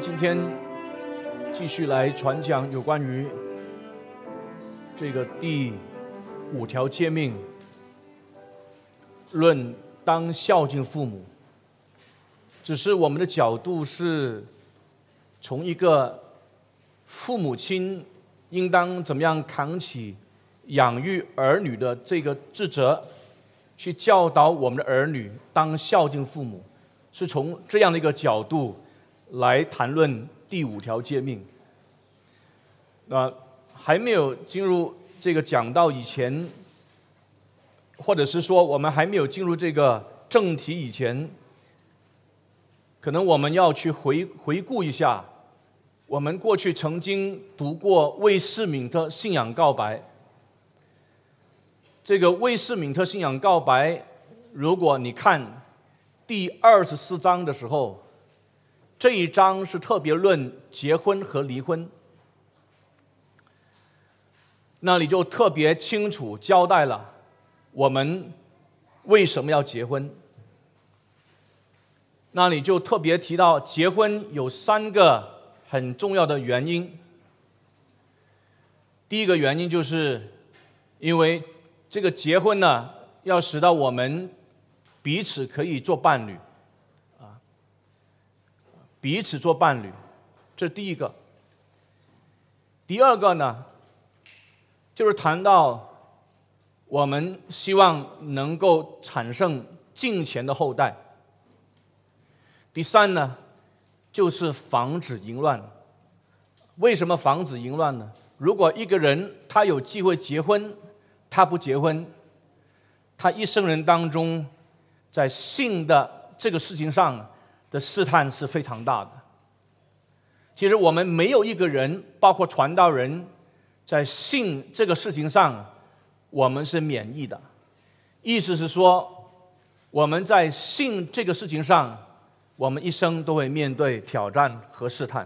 今天继续来传讲有关于这个第5条诫命，论当孝敬父母。只是我们的角度是从一个父母亲应当怎么样扛起养育儿女的这个职责，去教导我们的儿女当孝敬父母，是从这样的一个角度来谈论第5条诫命。还没有进入这个讲道以前，或者是说我们还没有进入这个正题以前，可能我们要去回顾一下我们过去曾经读过魏斯敏特信仰告白。这个魏斯敏特信仰告白，如果你看第24章的时候，这一章是特别论结婚和离婚，那里就特别清楚交代了我们为什么要结婚。那里就特别提到结婚有3个很重要的原因。第一个原因就是因为这个结婚呢，要使到我们彼此可以做伴侣，彼此做伴侣，这是第一个。第二个呢，就是谈到我们希望能够产生敬虔的后代。第三呢，就是防止淫乱。为什么防止淫乱呢？如果一个人他有机会结婚，他不结婚，他一生人当中在性的这个事情上的试探是非常大的。其实我们没有一个人，包括传道人，在性这个事情上我们是免疫的。意思是说，我们在性这个事情上，我们一生都会面对挑战和试探。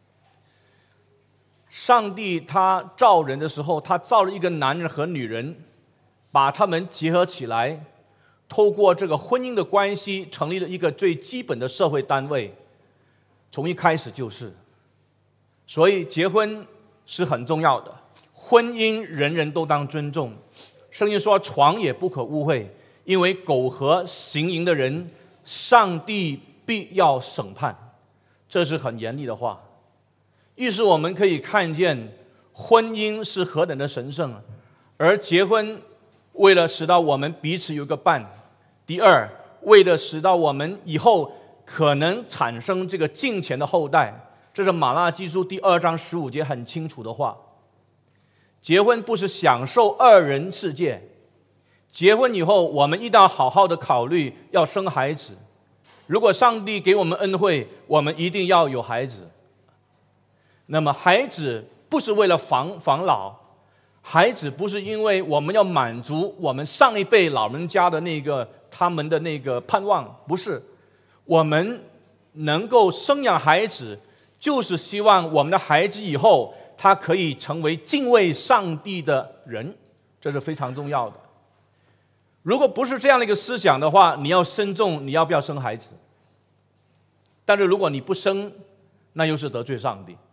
上帝他造人的时候，他造了一个男人和女人，把他们结合起来，透过这个婚姻的关系，成立了一个最基本的社会单位，从一开始就是。所以结婚是很重要的，婚姻人人都当尊重。圣经说床也不可污秽，因为苟合行淫的人，上帝必要审判。这是很严厉的话。于是我们可以看见婚姻是何等的神圣，而结婚为了使到我们彼此有个伴。第二，为了使到我们以后可能产生这个敬虔的后代。这是马拉基书第2章15节很清楚的话。结婚不是享受2人世界，结婚以后我们一定要好好的考虑要生孩子。如果上帝给我们恩惠，我们一定要有孩子。那么孩子不是为了防老，孩子不是因为我们要满足我们上一辈老人家的他们的那个盼望，不是。我们能够生养孩子，就是希望我们的孩子以后他可以成为敬畏上帝的人，这是非常重要的。如果不是这样的一个思想的话，你要慎重你要不要生孩子。但是如果你不生，那又是得罪上帝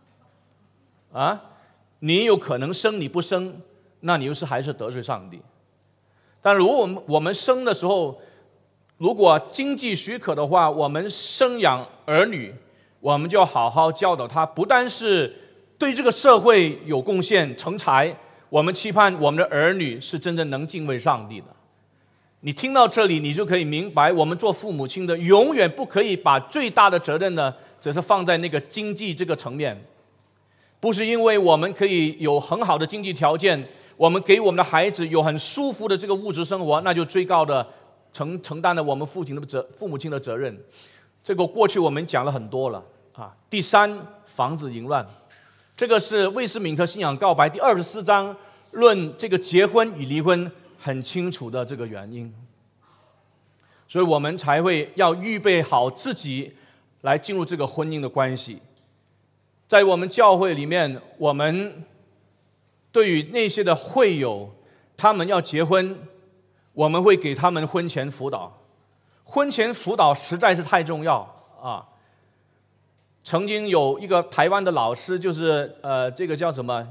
你有可能生，你不生，那你又是还是得罪上帝。但如果我们生的时候，如果经济许可的话，我们生养儿女，我们就要好好教导他，不单是对这个社会有贡献成才，我们期盼我们的儿女是真正能敬畏上帝的。你听到这里，你就可以明白，我们做父母亲的永远不可以把最大的责任呢，只是放在那个经济这个层面。不是因为我们可以有很好的经济条件，我们给我们的孩子有很舒服的这个物质生活，那就最高的承担了我们父母亲的责任。这个过去我们讲了很多了第三，防止淫乱。这个是魏斯敏特信仰告白第24章论这个结婚与离婚很清楚的这个原因。所以我们才会要预备好自己来进入这个婚姻的关系。在我们教会里面，我们对于那些的会友，他们要结婚，我们会给他们婚前辅导。婚前辅导实在是太重要曾经有一个台湾的老师，就是这个叫什么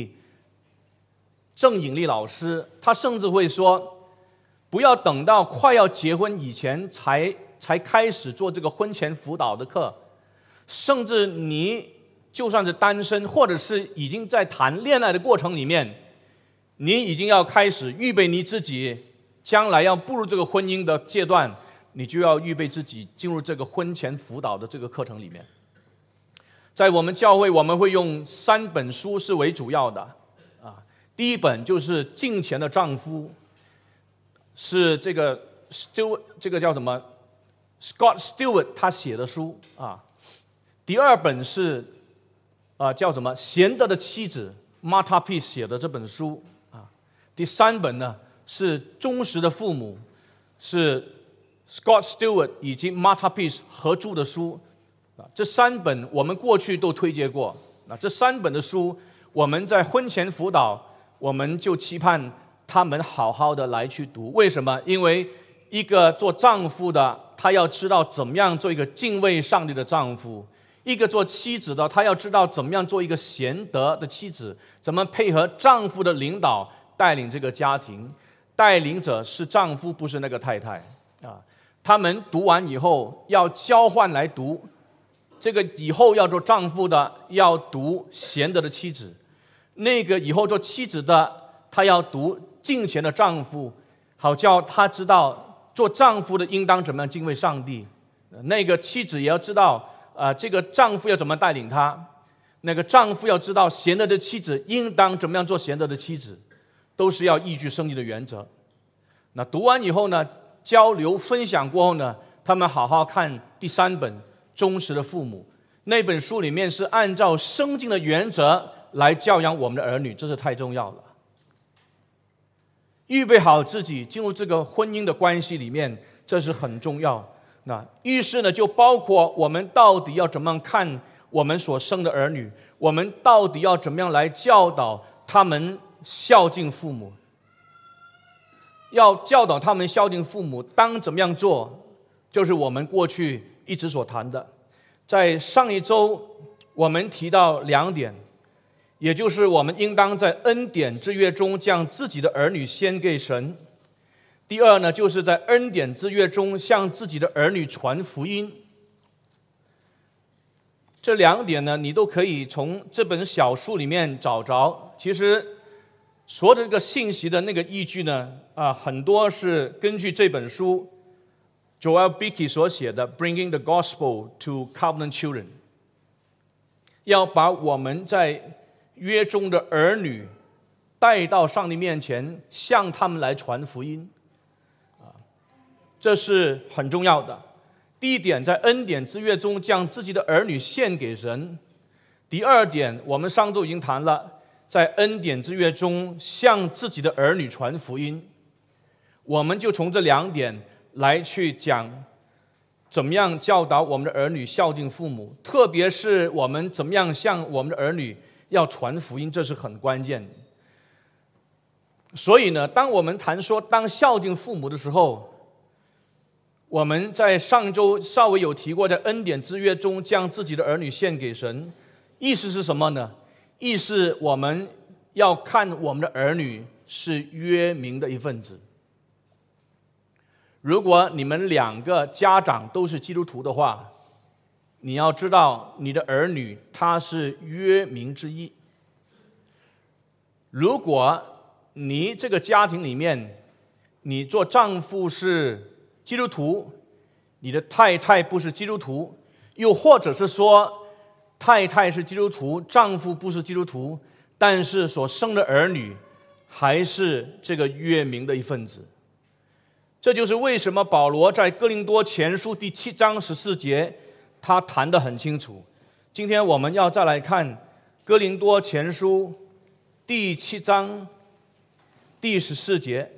郑颖丽老师，他甚至会说，不要等到快要结婚以前才开始做这个婚前辅导的课，甚至你就算是单身，或者是已经在谈恋爱的过程里面，你已经要开始预备你自己，将来要步入这个婚姻的阶段，你就要预备自己进入这个婚前辅导的这个课程里面。在我们教会，我们会用3本书是为主要的啊。第一本就是《敬虔的丈夫》，是这个叫什么 Scott Stewart 他写的书啊。第二本是叫什么贤德的妻子 Martha Peace 写的这本书啊。第3本呢是忠实的父母，是 Scott Stewart 以及 Martha Peace 合著的书。这3本我们过去都推荐过。这3本的书，我们在婚前辅导，我们就期盼他们好好的来去读。为什么？因为一个做丈夫的，他要知道怎么样做一个敬畏上帝的丈夫；一个做妻子的，他要知道怎么样做一个贤德的妻子，怎么配合丈夫的领导带领这个家庭。带领者是丈夫，不是那个太太啊。他们读完以后要交换来读。这个以后要做丈夫的要读贤德的妻子，那个以后做妻子的他要读敬虔的丈夫，好叫他知道做丈夫的应当怎么样敬畏上帝。那个妻子也要知道这个丈夫要怎么带领他，那个丈夫要知道贤德的妻子应当怎么样做贤德的妻子，都是要依据圣经的原则。那读完以后呢，交流分享过后呢，他们好好看第3本忠实的父母。那本书里面是按照圣经的原则来教养我们的儿女，这是太重要了。预备好自己进入这个婚姻的关系里面，这是很重要。那于是呢，就包括我们到底要怎么样看我们所生的儿女，我们到底要怎么样来教导他们孝敬父母，要教导他们孝敬父母当怎么样做，就是我们过去一直所谈的。在上一周我们提到2点，也就是我们应当在恩典之约中将自己的儿女献给神。第二呢，就是在恩典之约中向自己的儿女传福音。这2点呢，你都可以从这本小书里面找着。其实所有的这个信息的那个依据呢，很多是根据这本书Joel Beeke 所写的 Bringing the Gospel to Covenant Children， 要把我们在约中的儿女带到上帝面前，向他们来传福音，这是很重要的。第一点，在恩典之约中将自己的儿女献给神。第二点，我们上周已经谈了，在恩典之约中向自己的儿女传福音。我们就从这2点来去讲怎么样教导我们的儿女孝敬父母，特别是我们怎么样向我们的儿女要传福音，这是很关键的。所以呢，当我们谈说当孝敬父母的时候，我们在上周稍微有提过，在恩典之约中将自己的儿女献给神，意思是什么呢？意思我们要看我们的儿女是约民的一份子。如果你们2个家长都是基督徒的话，你要知道你的儿女他是约民之一。如果你这个家庭里面，你做丈夫是基督徒，你的太太不是基督徒，又或者是说太太是基督徒，丈夫不是基督徒，但是所生的儿女还是这个约民的一份子。这就是为什么保罗在哥林多前书第7章14节他谈得很清楚。今天我们要再来看哥林多前书第7章第14节。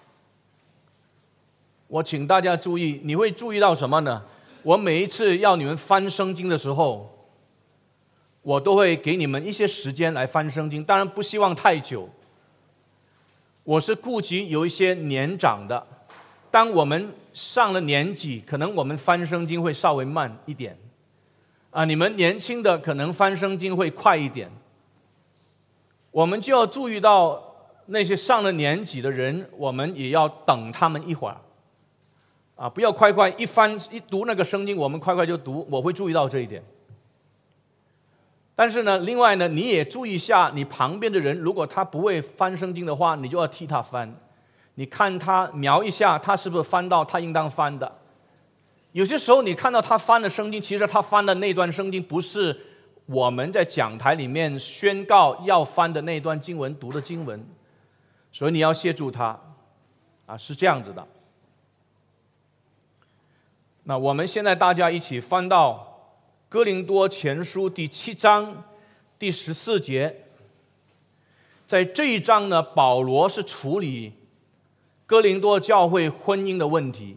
我请大家注意，你会注意到什么呢？我每一次要你们翻圣经的时候，我都会给你们一些时间来翻圣经，当然不希望太久。我是顾及有一些年长的，当我们上了年纪，可能我们翻圣经会稍微慢一点你们年轻的可能翻圣经会快一点，我们就要注意到那些上了年纪的人，我们也要等他们一会儿不要快一读那个圣经，我们快就读，我会注意到这一点。但是呢，另外呢，你也注意一下你旁边的人，如果他不会翻圣经的话，你就要替他翻，你看他瞄一下，他是不是翻到他应当翻的。有些时候你看到他翻的圣经，其实他翻的那段圣经不是我们在讲台里面宣告要翻的那段经文读的经文，所以你要协助他是这样子的。那我们现在大家一起翻到哥林多前书第7章第14节，在这一章呢，保罗是处理哥林多教会婚姻的问题。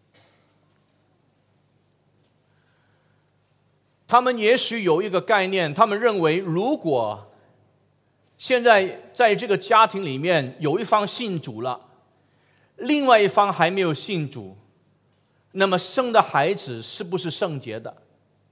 他们也许有一个概念，他们认为如果现在在这个家庭里面有一方信主了，另外一方还没有信主，那么生的孩子是不是圣洁的？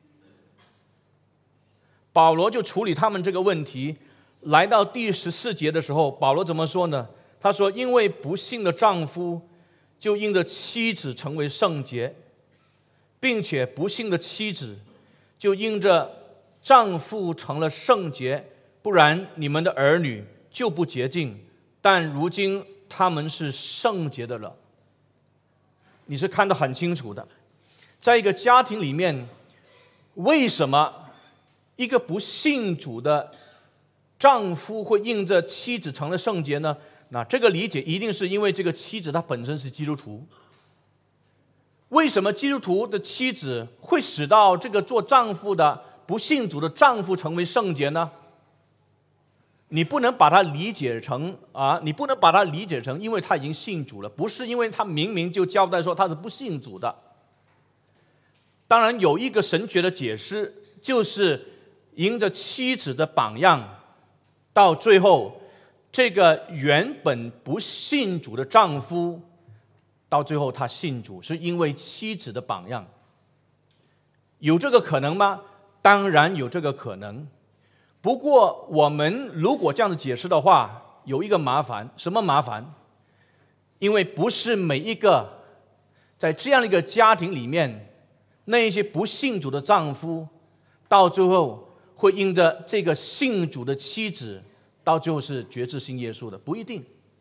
保罗就处理他们这个问题。来到第14节的时候，保罗怎么说呢？他说，因为不信的丈夫就因着妻子成为圣洁，并且不信的妻子就因着丈夫成了圣洁，不然你们的儿女就不洁净，但如今他们是圣洁的了。你是看得很清楚的，在一个家庭里面，为什么一个不信主的丈夫会因着妻子成了圣洁呢？那这个理解一定是因为这个妻子她本身是基督徒。为什么基督徒的妻子会使到这个做丈夫的不信主的丈夫成为圣洁呢？你不能把它理解成因为他已经信主了，不是因为他明明就交代说他是不信主的。当然有一个神学的解释，就是迎着妻子的榜样，到最后这个原本不信主的丈夫到最后他信主，是因为妻子的榜样。有这个可能吗？当然有这个可能。不过我们如果这样子解释的话，有一个麻烦。什么麻烦？因为不是每一个在这样一个家庭里面，那一些不信主的丈夫到最后会因着这个信主的妻子到最后是决志信耶稣的，不一定。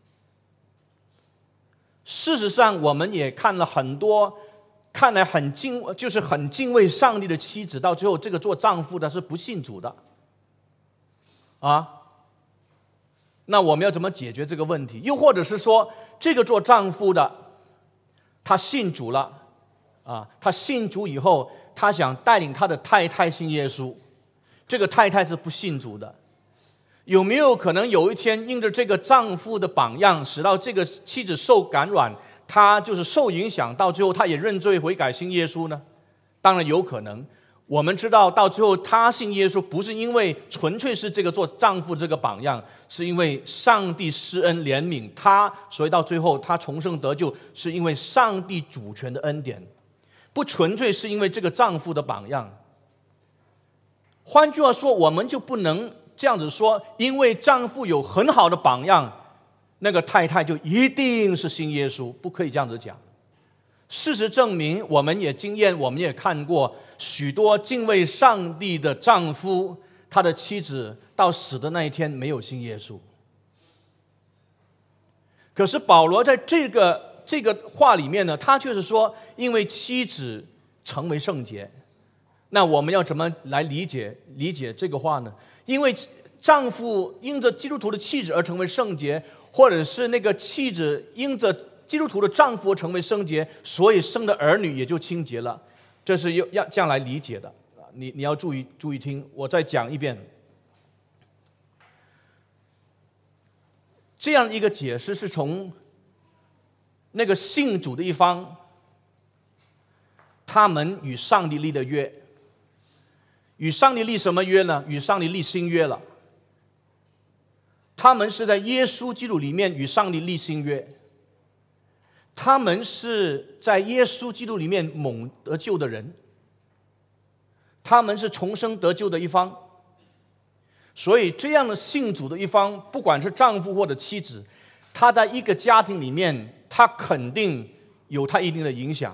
事实上我们也看了很多看来很敬畏上帝的妻子，到最后这个做丈夫的是不信主的那我们要怎么解决这个问题？又或者是说，这个做丈夫的他信主了他信主以后，他想带领他的太太信耶稣，这个太太是不信主的。有没有可能有一天因着这个丈夫的榜样，使到这个妻子受感染，他就是受影响，到最后他也认罪悔改信耶稣呢？当然有可能。我们知道到最后他信耶稣，不是因为纯粹是这个做丈夫这个榜样，是因为上帝施恩怜悯他，所以到最后他重生得救，是因为上帝主权的恩典，不纯粹是因为这个丈夫的榜样。换句话说，我们就不能这样子说，因为丈夫有很好的榜样，那个太太就一定是信耶稣，不可以这样子讲。事实证明，我们也经验，我们也看过许多敬畏上帝的丈夫，他的妻子到死的那一天没有信耶稣。可是保罗在这个话里面呢，他却是说，因为妻子成为圣洁。那我们要怎么来理解这个话呢？因为丈夫因着基督徒的妻子而成为圣洁，或者是那个妻子因着基督徒的丈夫成为圣洁，所以生的儿女也就清洁了。这是要这样来理解的。你要注意听，我再讲一遍。这样一个解释是从那个信主的一方，他们与上帝立的约。与上帝立什么约呢？与上帝立新约了。他们是在耶稣基督里面与上帝立新约。他们是在耶稣基督里面蒙得救的人， 他们是重生得救的一方。所以这样的信主的一方，不管是丈夫或者妻子，他在一个家庭里面，他肯定有他一定的影响。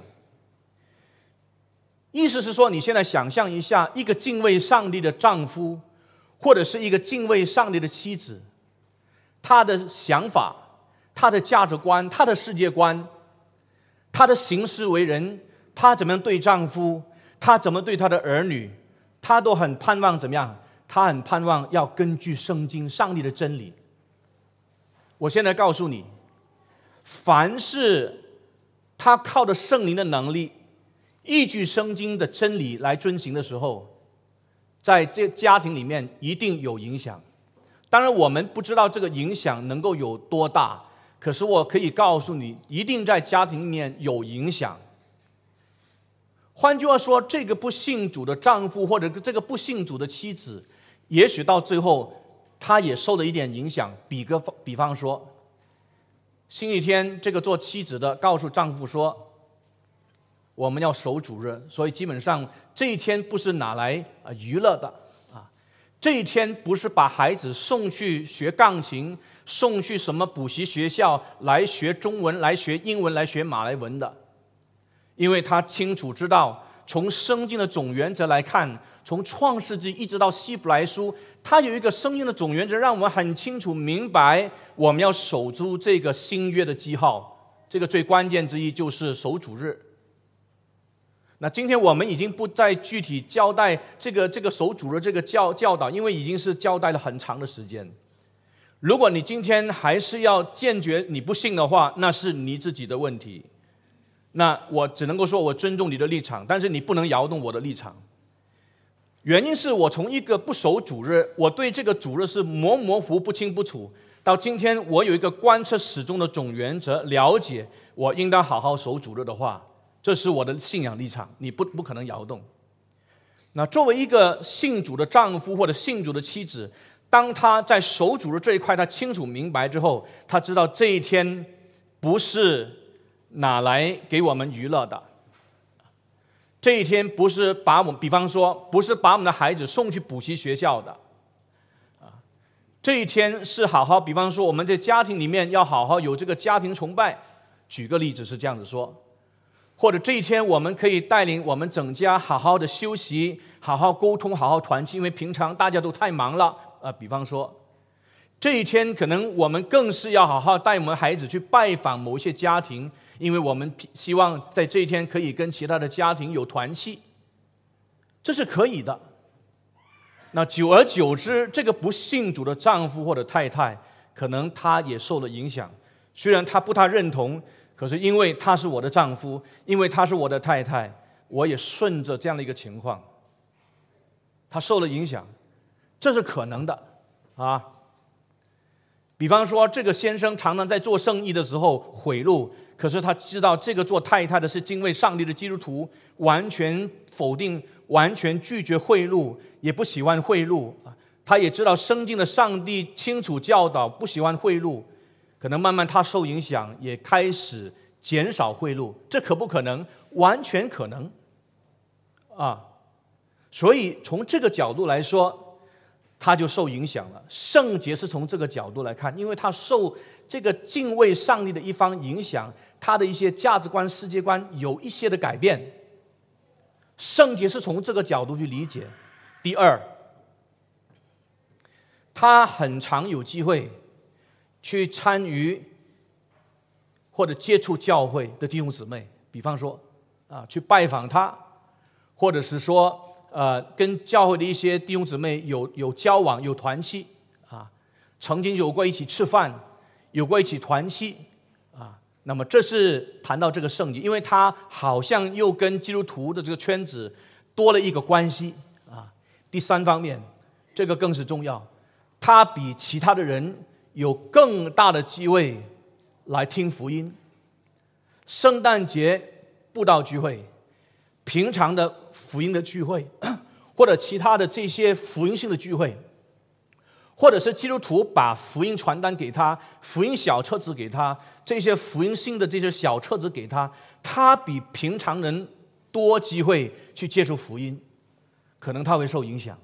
意思是说，你现在想象一下，一个敬畏上帝的丈夫，或者是一个敬畏上帝的妻子，他的想法、他的价值观、他的世界观、他的行事为人，他怎么样对丈夫，他怎么对他的儿女，他都很盼望怎么样？他很盼望要根据圣经上帝的真理。我现在告诉你，凡是他靠着圣灵的能力，依据圣经的真理来遵行的时候，在这家庭里面一定有影响。当然我们不知道这个影响能够有多大，可是我可以告诉你，一定在家庭里面有影响。换句话说，这个不信主的丈夫或者这个不信主的妻子，也许到最后他也受了一点影响。比方说，星期天这个做妻子的告诉丈夫说，我们要守主日，所以基本上这一天不是拿来娱乐的啊，这一天不是把孩子送去学钢琴，送去什么补习学校来学中文、来学英文、来学马来文的，因为他清楚知道，从圣经的总原则来看，从创世纪一直到希伯来书，它有一个圣经的总原则，让我们很清楚明白，我们要守住这个新约的记号。这个最关键之一就是守主日。那今天我们已经不再具体交代这个守主日这个教导，因为已经是交代了很长的时间。如果你今天还是要坚决你不信的话，那是你自己的问题。那我只能够说我尊重你的立场，但是你不能摇动我的立场。原因是我从一个不守主日，我对这个主日是模糊不清不楚，到今天我有一个贯彻始终的总原则，了解我应当好好守主日的话，这是我的信仰立场，你不可能摇动。那作为一个信主的丈夫或者信主的妻子，当他在守主日这一块他清楚明白之后，他知道这一天不是拿来给我们娱乐的，这一天不是把我们，比方说不是把我们的孩子送去补习学校的，这一天是好好，比方说我们在家庭里面要好好有这个家庭崇拜，举个例子是这样子说，或者这一天我们可以带领我们整家好好的休息，好好沟通，好好团契，因为平常大家都太忙了，比方说这一天可能我们更是要好好带我们孩子去拜访某一些家庭，因为我们希望在这一天可以跟其他的家庭有团契，这是可以的。那久而久之，这个不信主的丈夫或者太太，可能他也受了影响，虽然他不太认同，可是因为他是我的丈夫，因为他是我的太太，我也顺着这样的一个情况，他受了影响，这是可能的啊。比方说，这个先生常常在做生意的时候贿赂，可是他知道这个做太太的是敬畏上帝的基督徒，完全否定，完全拒绝贿赂，也不喜欢贿赂。他也知道圣经的上帝清楚教导不喜欢贿赂，可能慢慢他受影响，也开始减少贿赂。这可不可能？完全可能啊！所以从这个角度来说，他就受影响了。圣洁是从这个角度来看，因为他受这个敬畏上帝的一方影响，他的一些价值观、世界观有一些的改变。圣洁是从这个角度去理解。第二，他很常有机会去参与或者接触教会的弟兄姊妹，比方说去拜访他，或者是说跟教会的一些弟兄姊妹有交往、有团契曾经有过一起吃饭，有过一起团契那么这是谈到这个圣洁，因为他好像又跟基督徒的这个圈子多了一个关系第三方面，这个更是重要，他比其他的人有更大的机会来听福音。圣诞节布道聚会，平常的福音的聚会，或者其他的这些福音性的聚会，或者是基督徒把福音传单给他，福音小册子给他，这些福音性的这些小册子给他，他比平常人多机会去接触福音。 可能他会受影响。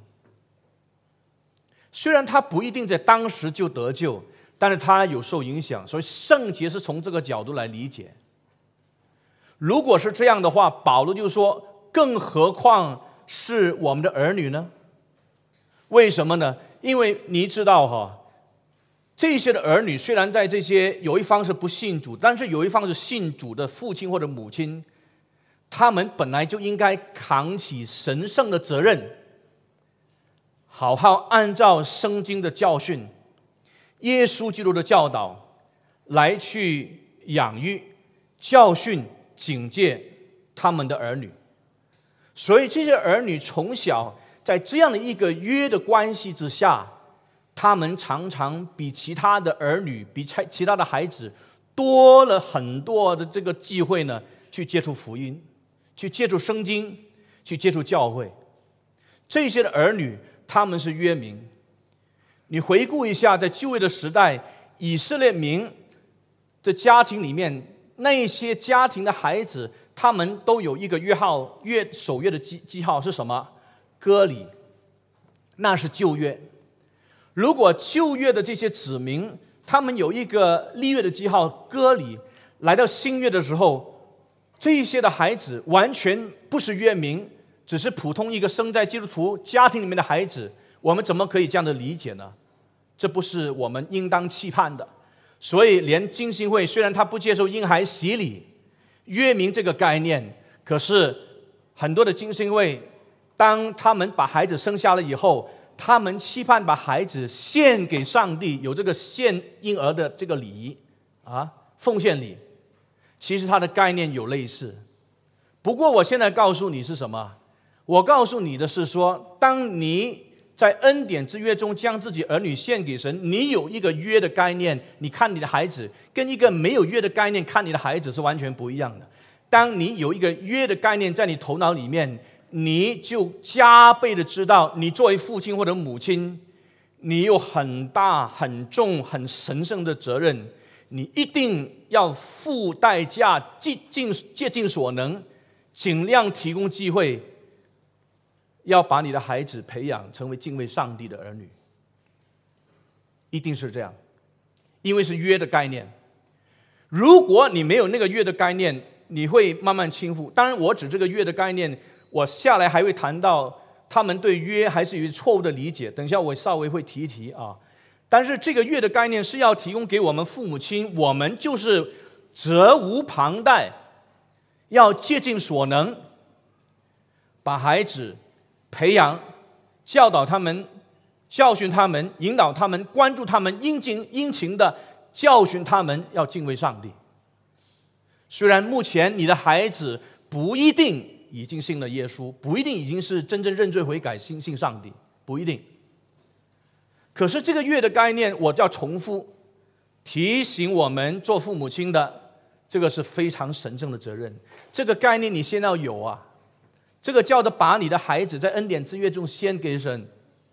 虽然他不一定在当时就得救，但是他有受影响，所以圣洁是从这个角度来理解。如果是这样的话，保罗就说，更何况是我们的儿女呢？为什么呢？因为你知道这些的儿女虽然在这些有一方是不信主，但是有一方是信主的父亲或者母亲，他们本来就应该扛起神圣的责任，好好按照圣经的教训、耶稣基督的教导来去养育、教训、警戒他们的儿女。所以这些儿女从小在这样的一个约的关系之下，他们常常比其他的儿女、比其他的孩子多了很多的这个机会呢，去接触福音，去接触圣经，去接触教会。这些的儿女他们是约民。你回顾一下，在旧约的时代，以色列民的家庭里面，那些家庭的孩子，他们都有一个守约的记号是什么？割礼，那是旧约。如果旧约的这些子民，他们有一个立约的记号割礼，来到新约的时候，这些的孩子完全不是约民，只是普通一个生在基督徒家庭里面的孩子，我们怎么可以这样的理解呢？这不是我们应当期盼的。所以连浸信会虽然他不接受婴孩洗礼约民这个概念，可是很多的浸信会，当他们把孩子生下了以后，他们期盼把孩子献给上帝，有这个献婴儿的这个礼仪奉献礼。其实它的概念有类似，不过我现在告诉你是什么？我告诉你的是说，当你在恩典之约中将自己儿女献给神，你有一个约的概念，你看你的孩子跟一个没有约的概念看你的孩子是完全不一样的。当你有一个约的概念在你头脑里面，你就加倍的知道，你作为父亲或者母亲，你有很大很重很神圣的责任，你一定要付代价，竭尽所能，尽量提供机会，要把你的孩子培养成为敬畏上帝的儿女。一定是这样，因为是约的概念。如果你没有那个约的概念，你会慢慢倾覆。当然我指这个约的概念，我下来还会谈到他们对约还是有错误的理解，等一下我稍微会提一提但是这个约的概念是要提供给我们父母亲，我们就是责无旁贷，要竭尽所能把孩子培养、教导他们、教训他们、引导他们、关注他们，殷勤的教训他们要敬畏上帝。虽然目前你的孩子不一定已经信了耶稣，不一定已经是真正认罪悔改信上帝，不一定。可是这个约的概念，我要重复提醒我们做父母亲的，这个是非常神圣的责任。这个概念你先要有这个叫做把你的孩子在恩典之约中献给神。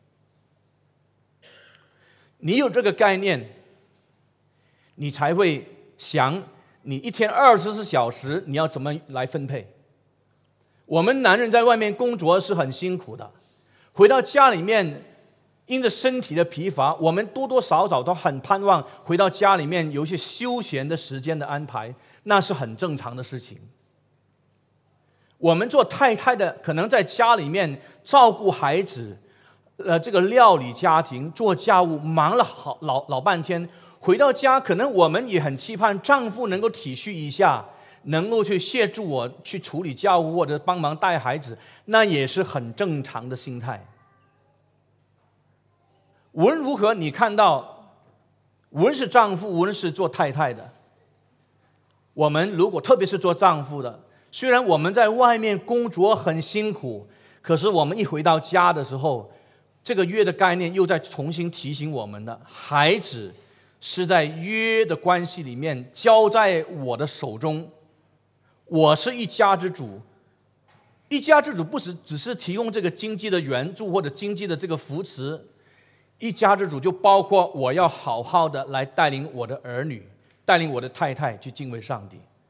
你有这个概念，你才会想你一天24小时你要怎么来分配。我们男人在外面工作是很辛苦的，回到家里面因着身体的疲乏，我们多多少少都很盼望回到家里面有一些休闲的时间的安排，那是很正常的事情。我们做太太的可能在家里面照顾孩子，这个料理家庭、做家务，忙了老半天，回到家可能我们也很期盼丈夫能够体恤一下，能够去协助我去处理家务或者帮忙带孩子，那也是很正常的心态。无论如何，你看到无论是丈夫无论是做太太的，我们如果特别是做丈夫的，虽然我们在外面工作很辛苦，可是我们一回到家的时候，这个约的概念又在重新提醒我们了。孩子是在约的关系里面交在我的手中，我是一家之主。一家之主不只是提供这个经济的援助或者经济的这个扶持，一家之主就包括我要好好的来带领我的儿女，带领我的太太去敬畏上帝。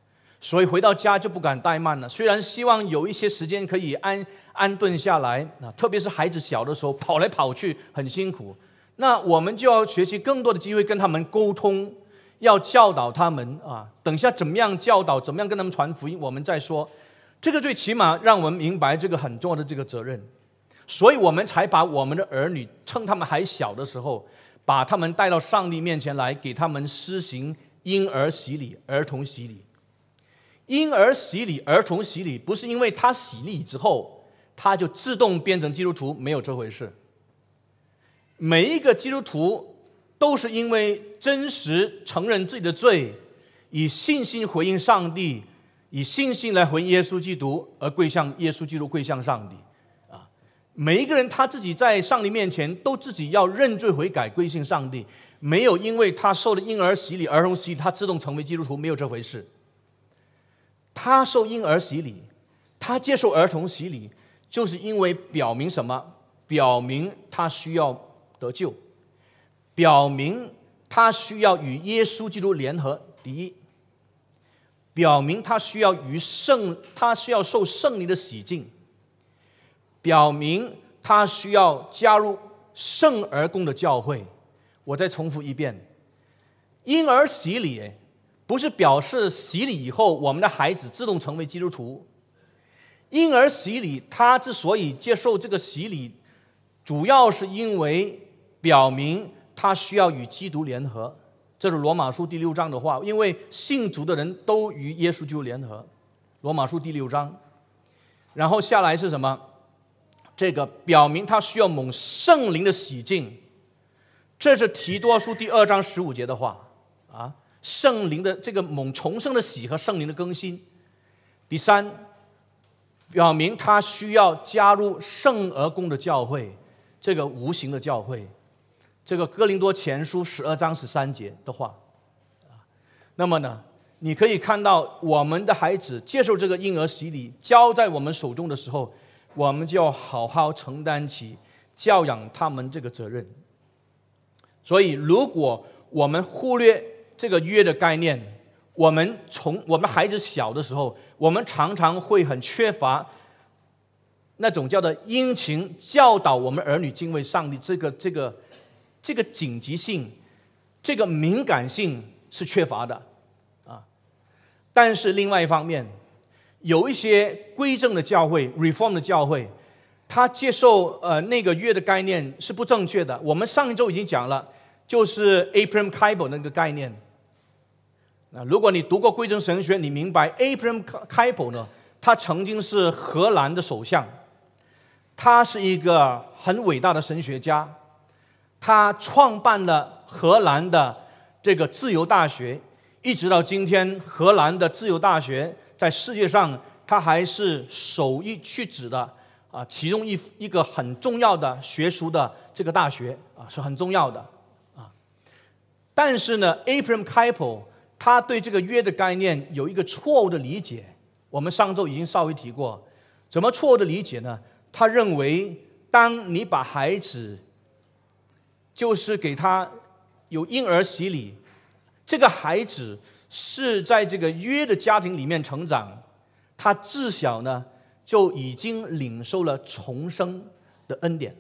所以回到家就不敢怠慢了。虽然希望有一些时间可以安顿下来，特别是孩子小的时候，跑来跑去很辛苦。那我们就要学习更多的机会跟他们沟通，要教导他们啊。等一下怎么样教导，怎么样跟他们传福音，我们再说。这个最起码让我们明白这个很重要的这个责任。所以我们才把我们的儿女趁他们还小的时候，把他们带到上帝面前来，给他们施行婴儿洗礼、儿童洗礼。婴儿洗礼、儿童洗礼，不是因为他洗礼之后他就自动变成基督徒，没有这回事。每一个基督徒都是因为真实承认自己的罪，以信心回应上帝，以信心来回应耶稣基督，而归向耶稣基督，归向上帝。每一个人他自己在上帝面前都自己要认罪悔改，归信上帝，没有因为他受了婴儿洗礼、儿童洗礼，他自动成为基督徒，没有这回事。他受婴儿洗礼，他接受儿童洗礼，就是因为表明什么？表明他需要得救，表明他需要与耶稣基督联合。第一，表明他需要受圣灵的洗净，表明他需要加入圣而公的教会。我再重复一遍，婴儿洗礼不是表示洗礼以后我们的孩子自动成为基督徒。婴儿洗礼他之所以接受这个洗礼，主要是因为表明他需要与基督联合。这是罗马书第6章的话，因为信主的人都与耶稣基督联合。罗马书第6章，然后下来是什么？这个表明他需要蒙圣灵的洗净，这是提多书第2章15节的话啊。圣灵的这个蒙重生的洗和圣灵的更新。第三，表明他需要加入圣而公的教会，这个无形的教会。这个哥林多前书12章13节的话。那么呢，你可以看到我们的孩子接受这个婴儿洗礼交在我们手中的时候，我们就要好好承担起教养他们这个责任。所以如果我们忽略这个约的概念，我们孩子小的时候，我们常常会很缺乏那种叫做殷勤教导我们儿女敬畏上帝这个紧急性，这个敏感性是缺乏的啊。但是另外一方面，有一些归正的教会 reform 的教会，他接受那个约的概念是不正确的。我们上一周已经讲了，就是 Abraham Kuyper 那个概念。如果你读过归正神学，你明白 Abraham Kuyper 呢，他曾经是荷兰的首相，他是一个很伟大的神学家，他创办了荷兰的这个自由大学，一直到今天，荷兰的自由大学在世界上，它还是首屈一指的啊，其中一个很重要的学术的这个大学啊，是很重要的啊。但是呢 ，Abraham Kuyper 他对这个约的概念有一个错误的理解，我们上周已经稍微提过。怎么错误的理解呢？他认为，当你把孩子就是给他有婴儿洗礼，这个孩子是在这个约的家庭里面成长，他自小呢就已经领受了重生的恩典。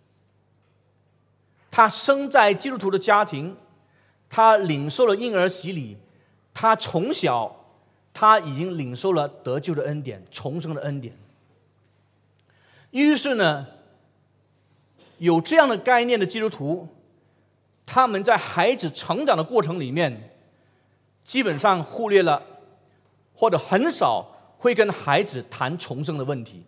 他生在基督徒的家庭，他领受了婴儿洗礼，他从小他已经领受了得救的恩典，重生的恩典。于是呢，有这样的概念的基督徒，他们在孩子成长的过程里面，基本上忽略了，或者很少会跟孩子谈重生的问题。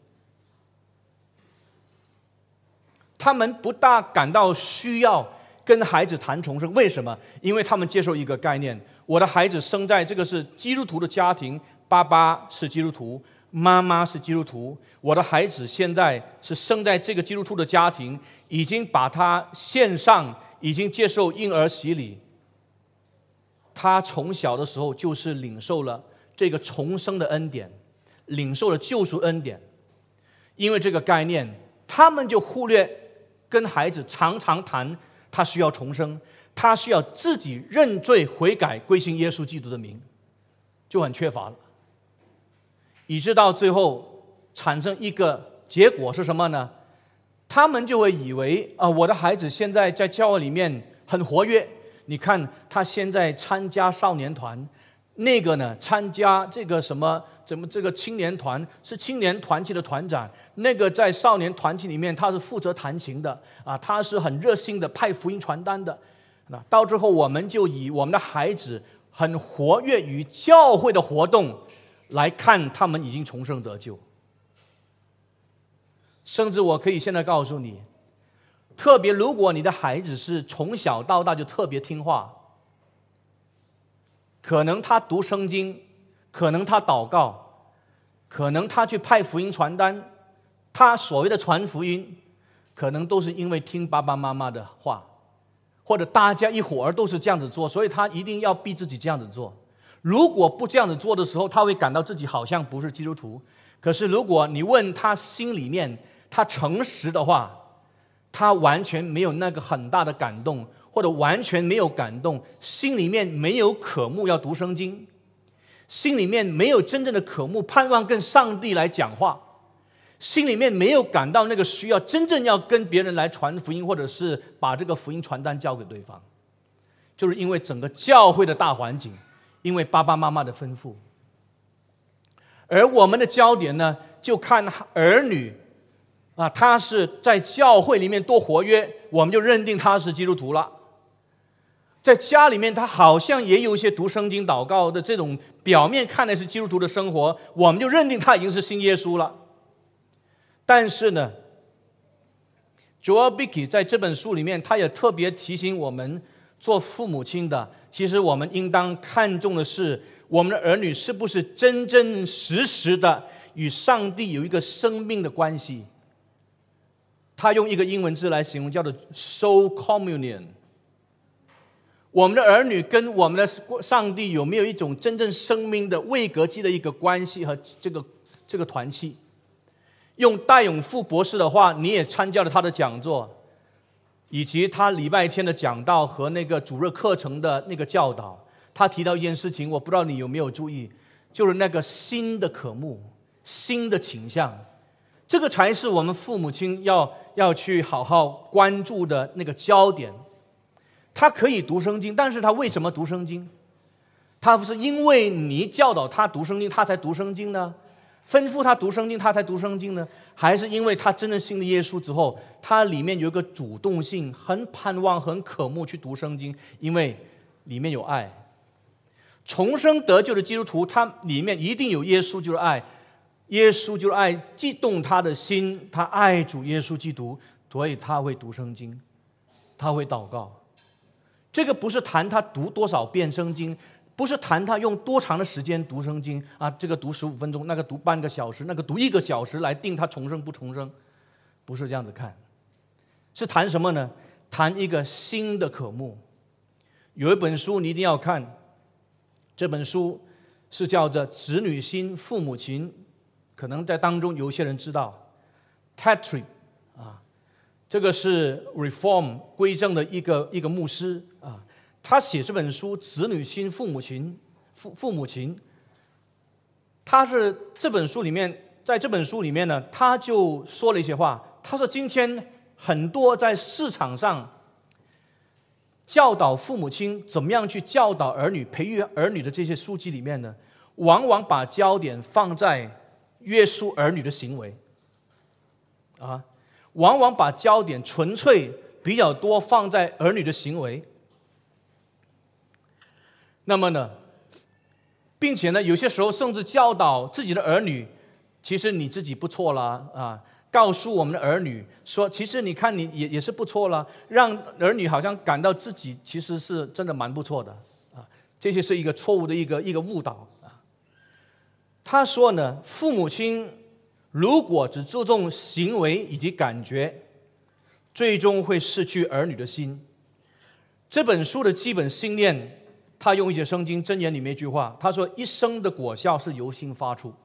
他们不大感到需要跟孩子谈重生，为什么？因为他们接受一个概念：我的孩子生在这个是基督徒的家庭，爸爸是基督徒，妈妈是基督徒。我的孩子现在是生在这个基督徒的家庭，已经把他献上，已经接受婴儿洗礼。他从小的时候就是领受了这个重生的恩典，领受了救赎恩典。因为这个概念，他们就忽略跟孩子常常谈他需要重生，他需要自己认罪悔改，归信耶稣基督的名，就很缺乏了以致到最后产生一个结果是什么呢？他们就会以为我的孩子现在在教会里面很活跃，你看他现在参加少年团，那个呢参加这个什么这个青年团，是青年团契的团长，那个在少年团契里面他是负责弹琴的他是很热心的派福音传单的。那到之后我们就以我们的孩子很活跃于教会的活动来看他们已经重生得救。甚至我可以现在告诉你，特别如果你的孩子是从小到大就特别听话，可能他读圣经，可能他祷告，可能他去派福音传单，他所谓的传福音，可能都是因为听爸爸妈妈的话，或者大家一伙儿都是这样子做，所以他一定要逼自己这样子做。如果不这样子做的时候，他会感到自己好像不是基督徒。可是如果你问他心里面，他诚实的话，他完全没有那个很大的感动，或者完全没有感动，心里面没有渴慕要读圣经，心里面没有真正的渴慕盼望跟上帝来讲话，心里面没有感到那个需要真正要跟别人来传福音，或者是把这个福音传单交给对方，就是因为整个教会的大环境，因为爸爸妈妈的吩咐。而我们的焦点呢，就看儿女他是在教会里面多活跃，我们就认定他是基督徒了。在家里面他好像也有一些读圣经祷告的这种表面看来是基督徒的生活，我们就认定他已经是信耶稣了。但是呢 Joel Beeke 在这本书里面，他也特别提醒我们做父母亲的，其实我们应当看重的是我们的儿女是不是真真实实的与上帝有一个生命的关系。他用一个英文字来形容，叫做 soul communion。 我们的儿女跟我们的上帝有没有一种真正生命的位格基的一个关系和这个团契。用戴永富博士的话，你也参加了他的讲座，以及他礼拜天的讲道和那个主日课程的那个教导。他提到一件事情，我不知道你有没有注意，就是那个新的渴慕，新的倾向，这个才是我们父母亲要去好好关注的那个焦点。他可以读圣经，但是他为什么读圣经？他不是因为你教导他读圣经他才读圣经呢？吩咐他读圣经他才读圣经呢？还是因为他真正信了耶稣之后，他里面有一个主动性，很盼望很渴慕去读圣经，因为里面有爱。重生得救的基督徒，他里面一定有耶稣就是爱，耶稣就是爱激动他的心，他爱主耶稣基督，所以他会读圣经，他会祷告。这个不是谈他读多少遍圣经，不是谈他用多长的时间读圣经这个读15分钟，那个读半个小时，那个读1个小时来定他重生不重生，不是这样子看。是谈什么呢？谈一个新的渴慕。有一本书你一定要看，这本书是叫做《子女心父母情》，可能在当中有些人知道 Tatry 这个是 Reform 归正的一个牧师他写这本书《子女心父母情》，父母情。他是这本书里面，在这本书里面呢，他就说了一些话。他说今天很多在市场上教导父母亲怎么样去教导儿女、培育儿女的这些书籍里面呢，往往把焦点放在约束儿女的行为往往把焦点纯粹比较多放在儿女的行为。那么呢，并且呢，有些时候甚至教导自己的儿女，其实你自己不错啦告诉我们的儿女说，其实你看你也是不错啦，让儿女好像感到自己其实是真的蛮不错的这些是一个错误的一个误导他说呢，父母亲如果只注重行为以及感觉，最终会失去儿女的心。这本书的基本信念，他用一节圣经箴言里面一句话，他说一生的果效是由心发出。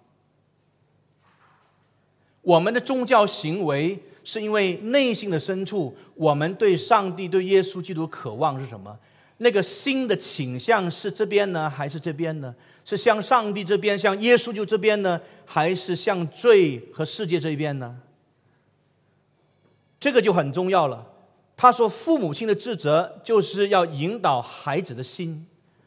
我们的宗教行为是因为内心的深处，我们对上帝对耶稣基督渴望是什么？ 那个心的倾向是这边呢，还是这边呢？是向上帝这边，向耶稣就这边呢，还是向罪和世界这一边呢？这个就很重要了。他说，父母亲的职责就是要引导孩子的心，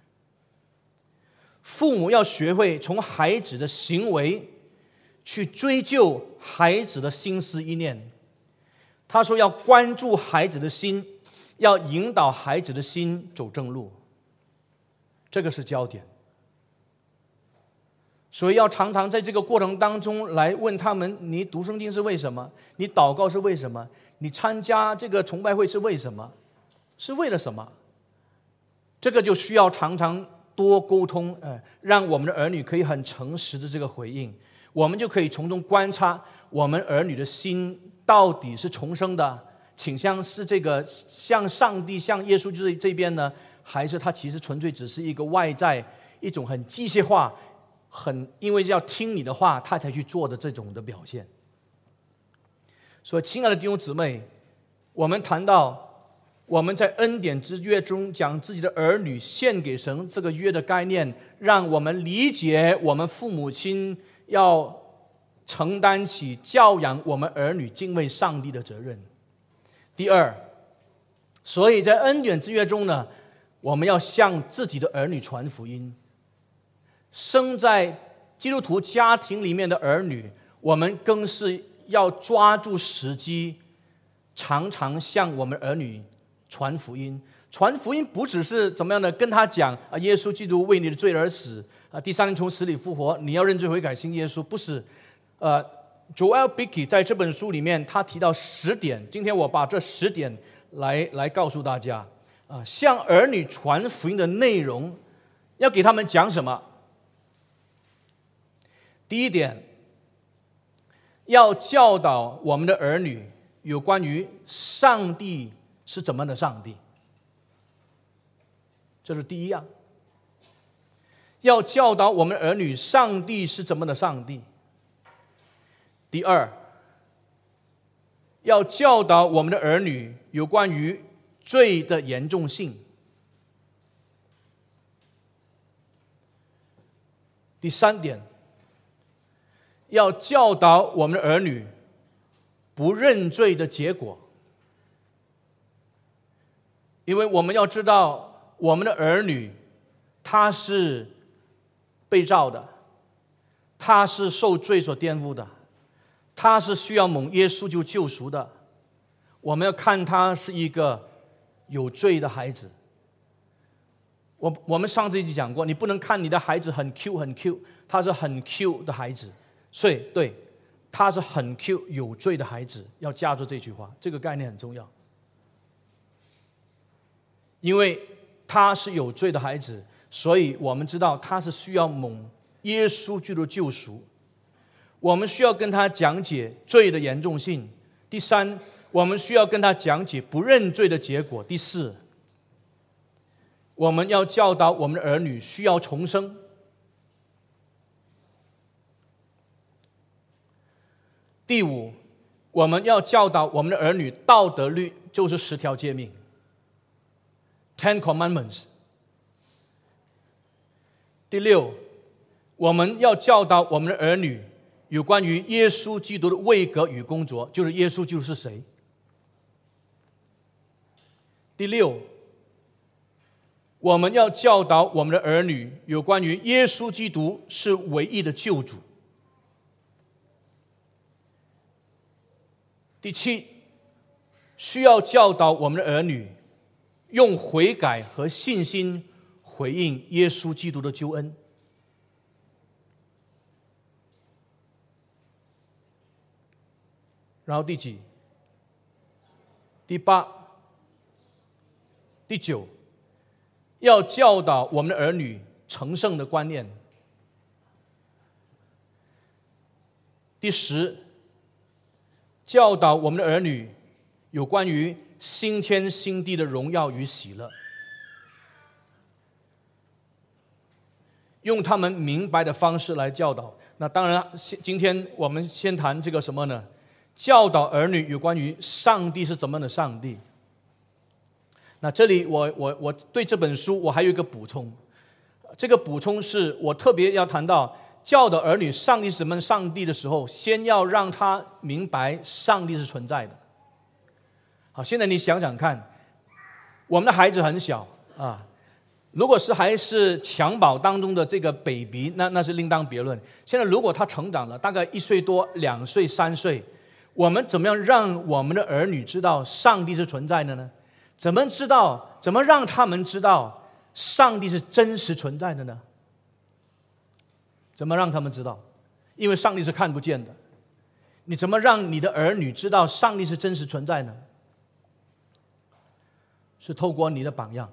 父母要学会从孩子的行为去追究孩子的心思意念。他说要关注孩子的心，要引导孩子的心走正路，这个是焦点。所以要常常在这个过程当中来问他们：你读圣经是为什么？你祷告是为什么？你参加这个崇拜会是为什么？是为了什么？这个就需要常常多沟通，让我们的儿女可以很诚实的这个回应，我们就可以从中观察我们儿女的心到底是重生的，倾向是这个向上帝、向耶稣这边呢，还是他其实纯粹只是一个外在一种很机械化、因为要听你的话他才去做的这种的表现。所以亲爱的弟兄姊妹，我们谈到我们在恩典之约中将自己的儿女献给神这个约的概念，让我们理解我们父母亲要承担起教养我们儿女敬畏上帝的责任。第二，所以在恩典之约中呢，我们要向自己的儿女传福音。生在基督徒家庭里面的儿女，我们更是要抓住时机，常常向我们儿女传福音。传福音不只是怎么样的跟他讲耶稣基督为你的罪而死，第三天从死里复活，你要认罪悔改信耶稣，不是。Joel Beeke 在这本书里面他提到10点，今天我把这10点来告诉大家。向儿女传福音的内容，要给他们讲什么？第一点，要教导我们的儿女有关于上帝是怎么样的上帝，这是第一样。要教导我们儿女上帝是怎么样的上帝。第二，要教导我们的儿女有关于罪的严重性。第三点，要教导我们的儿女不认罪的结果。因为我们要知道，我们的儿女他是被造的，他是受罪所颠覆的，他是需要蒙耶稣救赎的。我们要看他是一个有罪的孩子。我们上次已经讲过，你不能看你的孩子很 Q 很 Q， 他是很 Q 的孩子，所以对，他是很 Q 有罪的孩子，要加注这句话，这个概念很重要。因为他是有罪的孩子，所以我们知道他是需要蒙耶稣基督的救赎。我们需要跟他讲解罪的严重性。第三，我们需要跟他讲解不认罪的结果。第四，我们要教导我们的儿女需要重生。第五，我们要教导我们的儿女道德律，就是10条诫命 Ten Commandments。 第六，我们要教导我们的儿女有关于耶稣基督的位格与工作，就是耶稣就是谁。第六，我们要教导我们的儿女有关于耶稣基督是唯一的救主。第七，需要教导我们的儿女用悔改和信心回应耶稣基督的救恩。然后第几？第8、第9，要教导我们的儿女成圣的观念。第10，教导我们的儿女有关于新天新地的荣耀与喜乐，用他们明白的方式来教导。那当然，今天我们先谈这个什么呢？教导儿女有关于上帝是怎么样的上帝。 那这里我对这本书我还有一个补充，这个补充是我特别要谈到教导儿女上帝是什么上帝的时候，先要让他明白上帝是存在的。好，现在你想想看，我们的孩子很小啊，如果是还是襁褓当中的这个 baby， 那是另当别论。现在如果他成长了，大概1岁多、2岁、3岁，我们怎么样让我们的儿女知道上帝是存在的呢？怎么让他们知道上帝是真实存在的呢？怎么让他们知道？因为上帝是看不见的。你怎么让你的儿女知道上帝是真实存在呢？是透过你的榜样。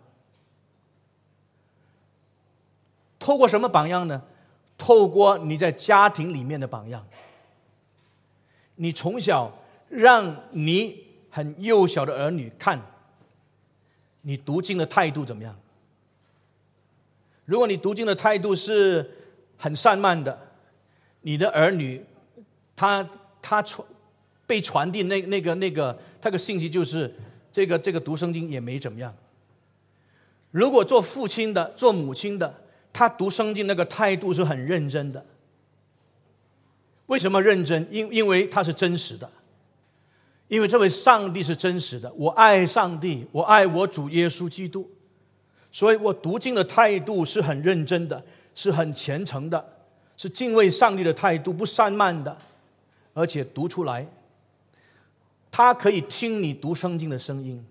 透过什么榜样呢？透过你在家庭里面的榜样。你从小让你很幼小的儿女看你读经的态度怎么样。如果你读经的态度是很散漫的，你的儿女他被传递那个信息就是这个读圣经也没怎么样。如果做父亲的做母亲的，他读圣经那个态度是很认真的。为什么认真？因为他是真实的，因为这位上帝是真实的。我爱上帝，我爱我主耶稣基督，所以我读经的态度是很认真的，是很虔诚的，是敬畏上帝的态度，不散漫的，而且读出来。他可以听你读圣经的声音，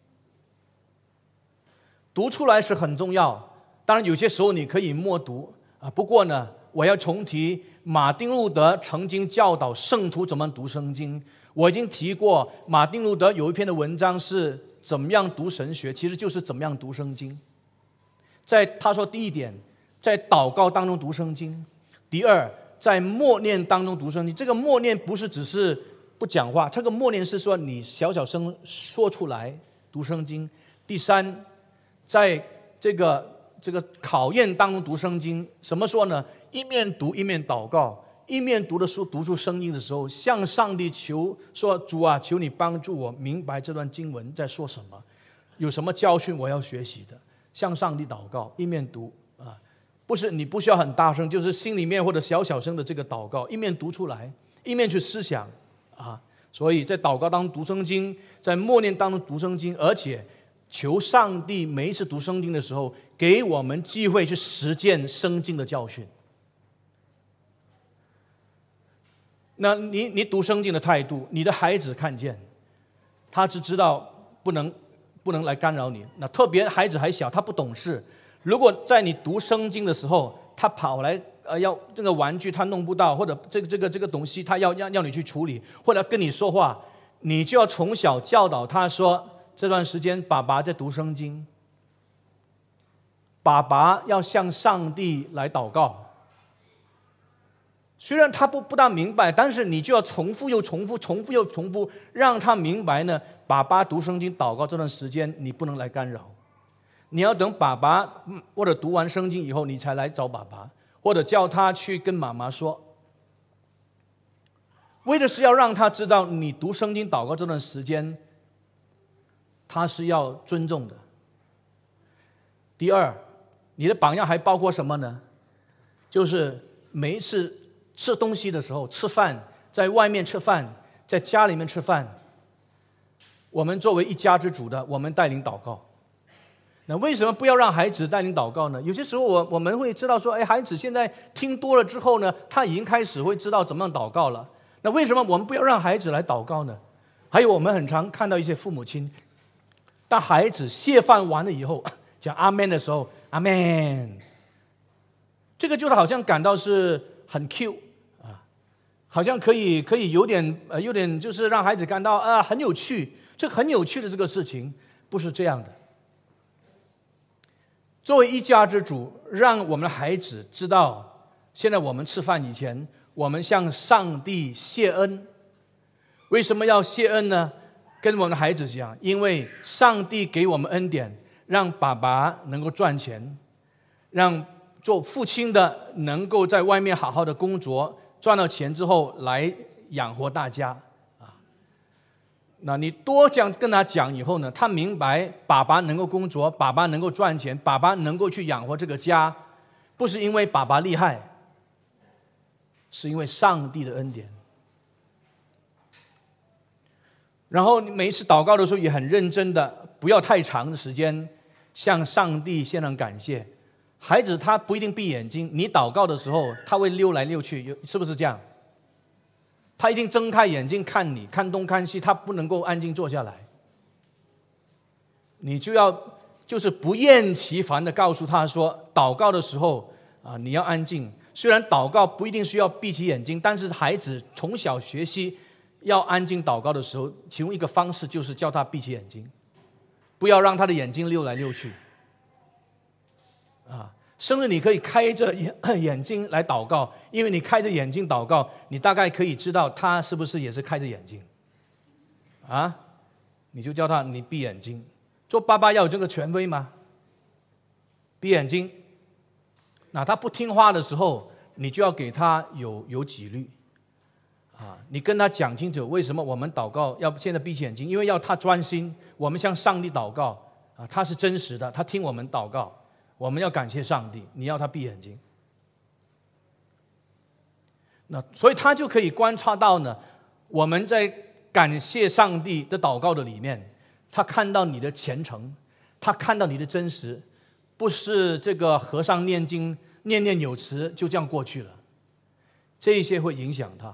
读出来是很重要。当然有些时候你可以默读啊，不过呢，我要重提马丁路德曾经教导圣徒怎么读圣经。我已经提过，马丁路德有一篇的文章是怎么样读神学，其实就是怎么样读圣经。他说第一点，在祷告当中读圣经；第二，在默念当中读圣经。这个默念不是只是不讲话，这个默念是说你小小声说出来读圣经。第三，在这个考验当中读圣经。什么说呢？一面读一面祷告，一面读的书读出圣经的时候，向上帝求说：主啊，求你帮助我明白这段经文在说什么，有什么教训我要学习的。向上帝祷告，一面读啊，不是你不需要很大声，就是心里面或者小小声的这个祷告，一面读出来，一面去思想啊。所以在祷告当中读圣经，在默念当中读圣经，而且求上帝每一次读圣经的时候，给我们机会去实践圣经的教训。那你读圣经的态度，你的孩子看见，他只知道不能来干扰你。那特别孩子还小，他不懂事。如果在你读圣经的时候，他跑来要这个玩具他弄不到，或者这个东西他要你去处理，或者跟你说话，你就要从小教导他说，这段时间爸爸在读圣经，爸爸要向上帝来祷告。虽然他不大明白，但是你就要重复又重复，重复又重复，让他明白呢。爸爸读圣经祷告这段时间你不能来干扰，你要等爸爸或者读完圣经以后你才来找爸爸，或者叫他去跟妈妈说。为的是要让他知道你读圣经祷告这段时间他是要尊重的。第二，你的榜样还包括什么呢？就是每一次吃东西的时候，吃饭，在外面吃饭，在家里面吃饭，我们作为一家之主的，我们带领祷告。那为什么不要让孩子带领祷告呢？有些时候我们会知道说，孩子现在听多了之后呢，他已经开始会知道怎么样祷告了。那为什么我们不要让孩子来祷告呢？还有我们很常看到一些父母亲，当孩子谢饭完了以后讲阿们的时候，阿们，这个就是好像感到是很 cute 啊，好像可以有点就是让孩子感到很有趣。这很有趣的这个事情不是这样的。作为一家之主，让我们的孩子知道，现在我们吃饭以前，我们向上帝谢恩。为什么要谢恩呢？跟我们的孩子讲，因为上帝给我们恩典，让爸爸能够赚钱，让做父亲的能够在外面好好的工作，赚到钱之后来养活大家。 那你多这样跟他讲以后呢，他明白爸爸能够工作，爸爸能够赚钱，爸爸能够去养活这个家，不是因为爸爸厉害，是因为上帝的恩典。然后你每一次祷告的时候也很认真的，不要太长的时间向上帝献上感谢。孩子他不一定闭眼睛，你祷告的时候他会溜来溜去，是不是这样？他一定睁开眼睛看你，看东看西，他不能够安静坐下来。你就是不厌其烦的告诉他说，祷告的时候你要安静。虽然祷告不一定需要闭起眼睛，但是孩子从小学习要安静祷告的时候，其中一个方式就是叫他闭起眼睛，不要让他的眼睛溜来溜去。甚至你可以开着眼睛来祷告，因为你开着眼睛祷告，你大概可以知道他是不是也是开着眼睛你就叫他你闭眼睛。做爸爸要有这个权威吗？闭眼睛。那他不听话的时候，你就要给他有纪律你跟他讲清楚为什么我们祷告要现在闭起眼睛，因为要他专心。我们向上帝祷告他是真实的，他听我们祷告，我们要感谢上帝，你要他闭眼睛。那所以他就可以观察到呢，我们在感谢上帝的祷告的里面，他看到你的虔诚，他看到你的真实，不是这个和尚念经念念有词就这样过去了，这一些会影响他。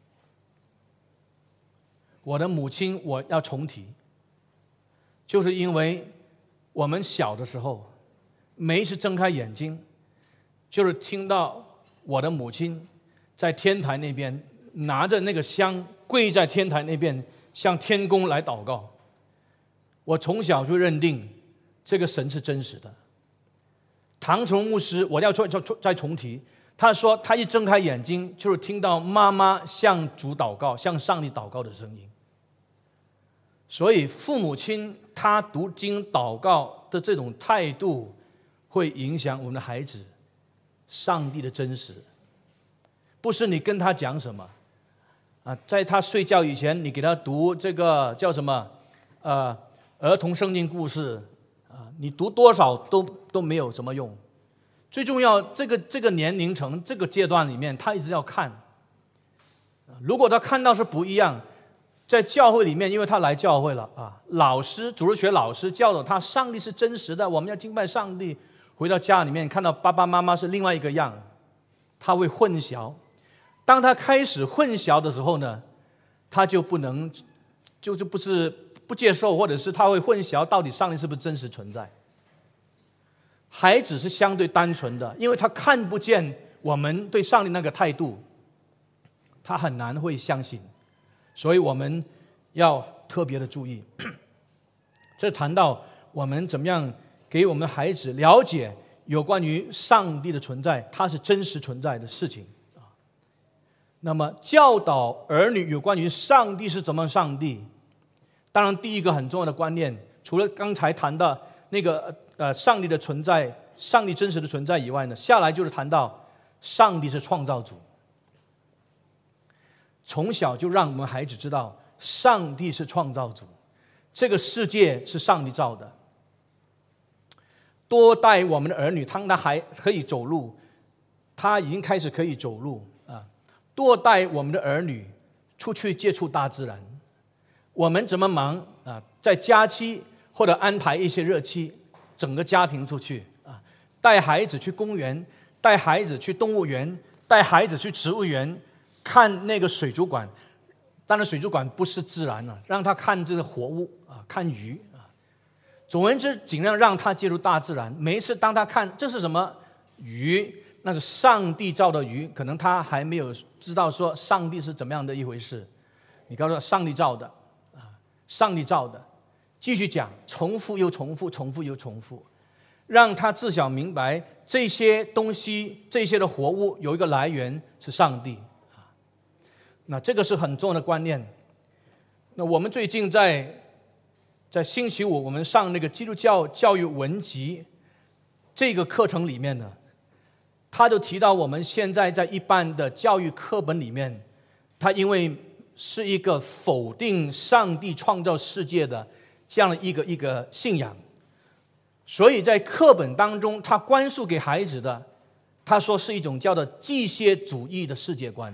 我的母亲我要重提，就是因为我们小的时候每一次睁开眼睛，就是听到我的母亲在天台那边拿着那个香，跪在天台那边向天公来祷告。我从小就认定这个神是真实的。唐崇牧师，我要再重提，他说他一睁开眼睛就是听到妈妈向主祷告，向上帝祷告的声音。所以父母亲他读经祷告的这种态度会影响我们的孩子上帝的真实。不是你跟他讲什么在他睡觉以前你给他读这个叫什么儿童圣经故事你读多少都没有什么用。最重要这个年龄层这个阶段里面他一直要看。如果他看到是不一样，在教会里面，因为他来教会了老师主日学老师教导他上帝是真实的，我们要敬拜上帝。回到家里面看到爸爸妈妈是另外一个样，他会混淆。当他开始混淆的时候呢，他就不能就是不接受，或者是他会混淆到底上帝是不是真实存在。孩子是相对单纯的，因为他看不见我们对上帝那个态度，他很难会相信。所以我们要特别的注意。这谈到我们怎么样给我们的孩子了解有关于上帝的存在，它是真实存在的事情。那么教导儿女有关于上帝是怎么上帝，当然第一个很重要的观念，除了刚才谈到那个上帝的存在，上帝真实的存在以外呢，下来就是谈到上帝是创造主。从小就让我们孩子知道上帝是创造主，这个世界是上帝造的。多带我们的儿女，当他还可以走路，他已经开始可以走路多带我们的儿女出去接触大自然。我们怎么忙在假期或者安排一些日期，整个家庭出去带孩子去公园，带孩子去动物园，带孩子去植物园，看那个水族馆。当然水族馆不是自然让他看这个活物看鱼总而言之，尽量让他接触大自然。每一次当他看这是什么鱼，那是上帝造的鱼，可能他还没有知道说上帝是怎么样的一回事，你告诉他上帝造的上帝造的，继续讲，重复又重复，重复又重复，让他自小明白这些东西，这些的活物有一个来源是上帝那这个是很重要的观念。那我们最近在星期五我们上那个基督教教育文集这个课程里面呢，他就提到我们现在在一般的教育课本里面，他因为是一个否定上帝创造世界的这样的一个信仰。所以在课本当中，他灌输给孩子的，他说是一种叫做机械主义的世界观。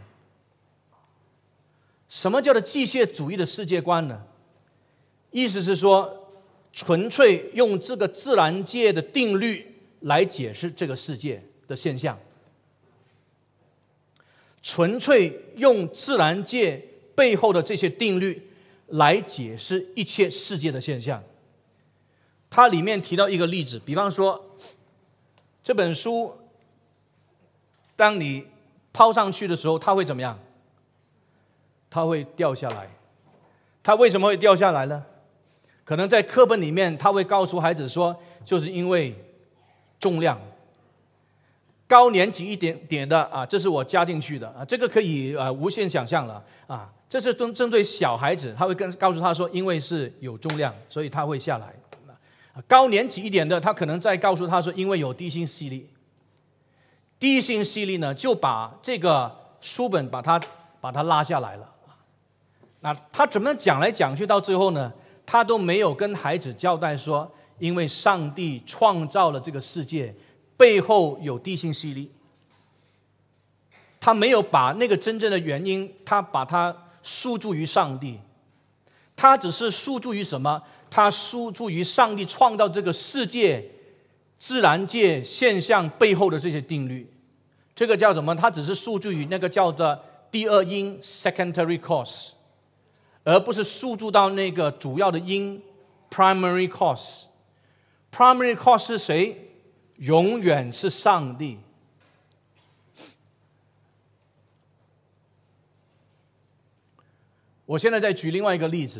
什么叫做机械主义的世界观呢？意思是说，纯粹用这个自然界的定律来解释这个世界的现象，纯粹用自然界背后的这些定律来解释一切世界的现象。它里面提到一个例子，比方说这本书当你抛上去的时候，它会怎么样？它会掉下来。它为什么会掉下来呢？可能在课本里面他会告诉孩子说，就是因为重量。高年级一点点的啊，这是我加进去的啊，这个可以无限想象了啊。这是针对小孩子，他会告诉他说，因为是有重量，所以他会下来。高年级一点的，他可能再告诉他说，因为有地心吸力。地心吸力呢，就把这个书本把它拉下来了。那他怎么讲来讲去，到最后呢，他都没有跟孩子交代说，因为上帝创造了这个世界，背后有地心吸力。他没有把那个真正的原因，他把它诉诸于上帝。他只是诉诸于什么？他诉诸于上帝创造这个世界自然界现象背后的这些定律。这个叫什么？他只是诉诸于那个叫做第二因 secondary cause， 而不是诉诸到那个主要的因 primary cause。 primary cause 是谁？永远是上帝。我现在再举另外一个例子。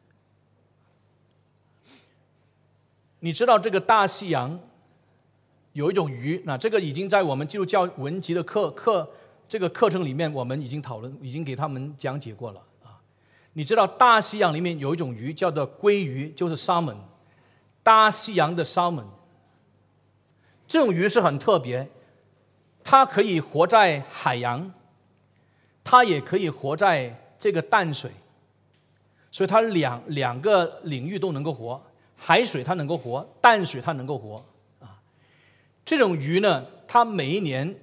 你知道这个大西洋有一种鱼，那这个已经在我们基督教文集的这个课程里面，我们已经讨论，已经给他们讲解过了啊。你知道大西洋里面有一种鱼叫做鲑鱼，就是 salmon， 大西洋的 salmon。这种鱼是很特别，它可以活在海洋，它也可以活在这个淡水，所以它两个领域都能够活。海水它能够活，淡水它能够活啊。这种鱼呢，它每一年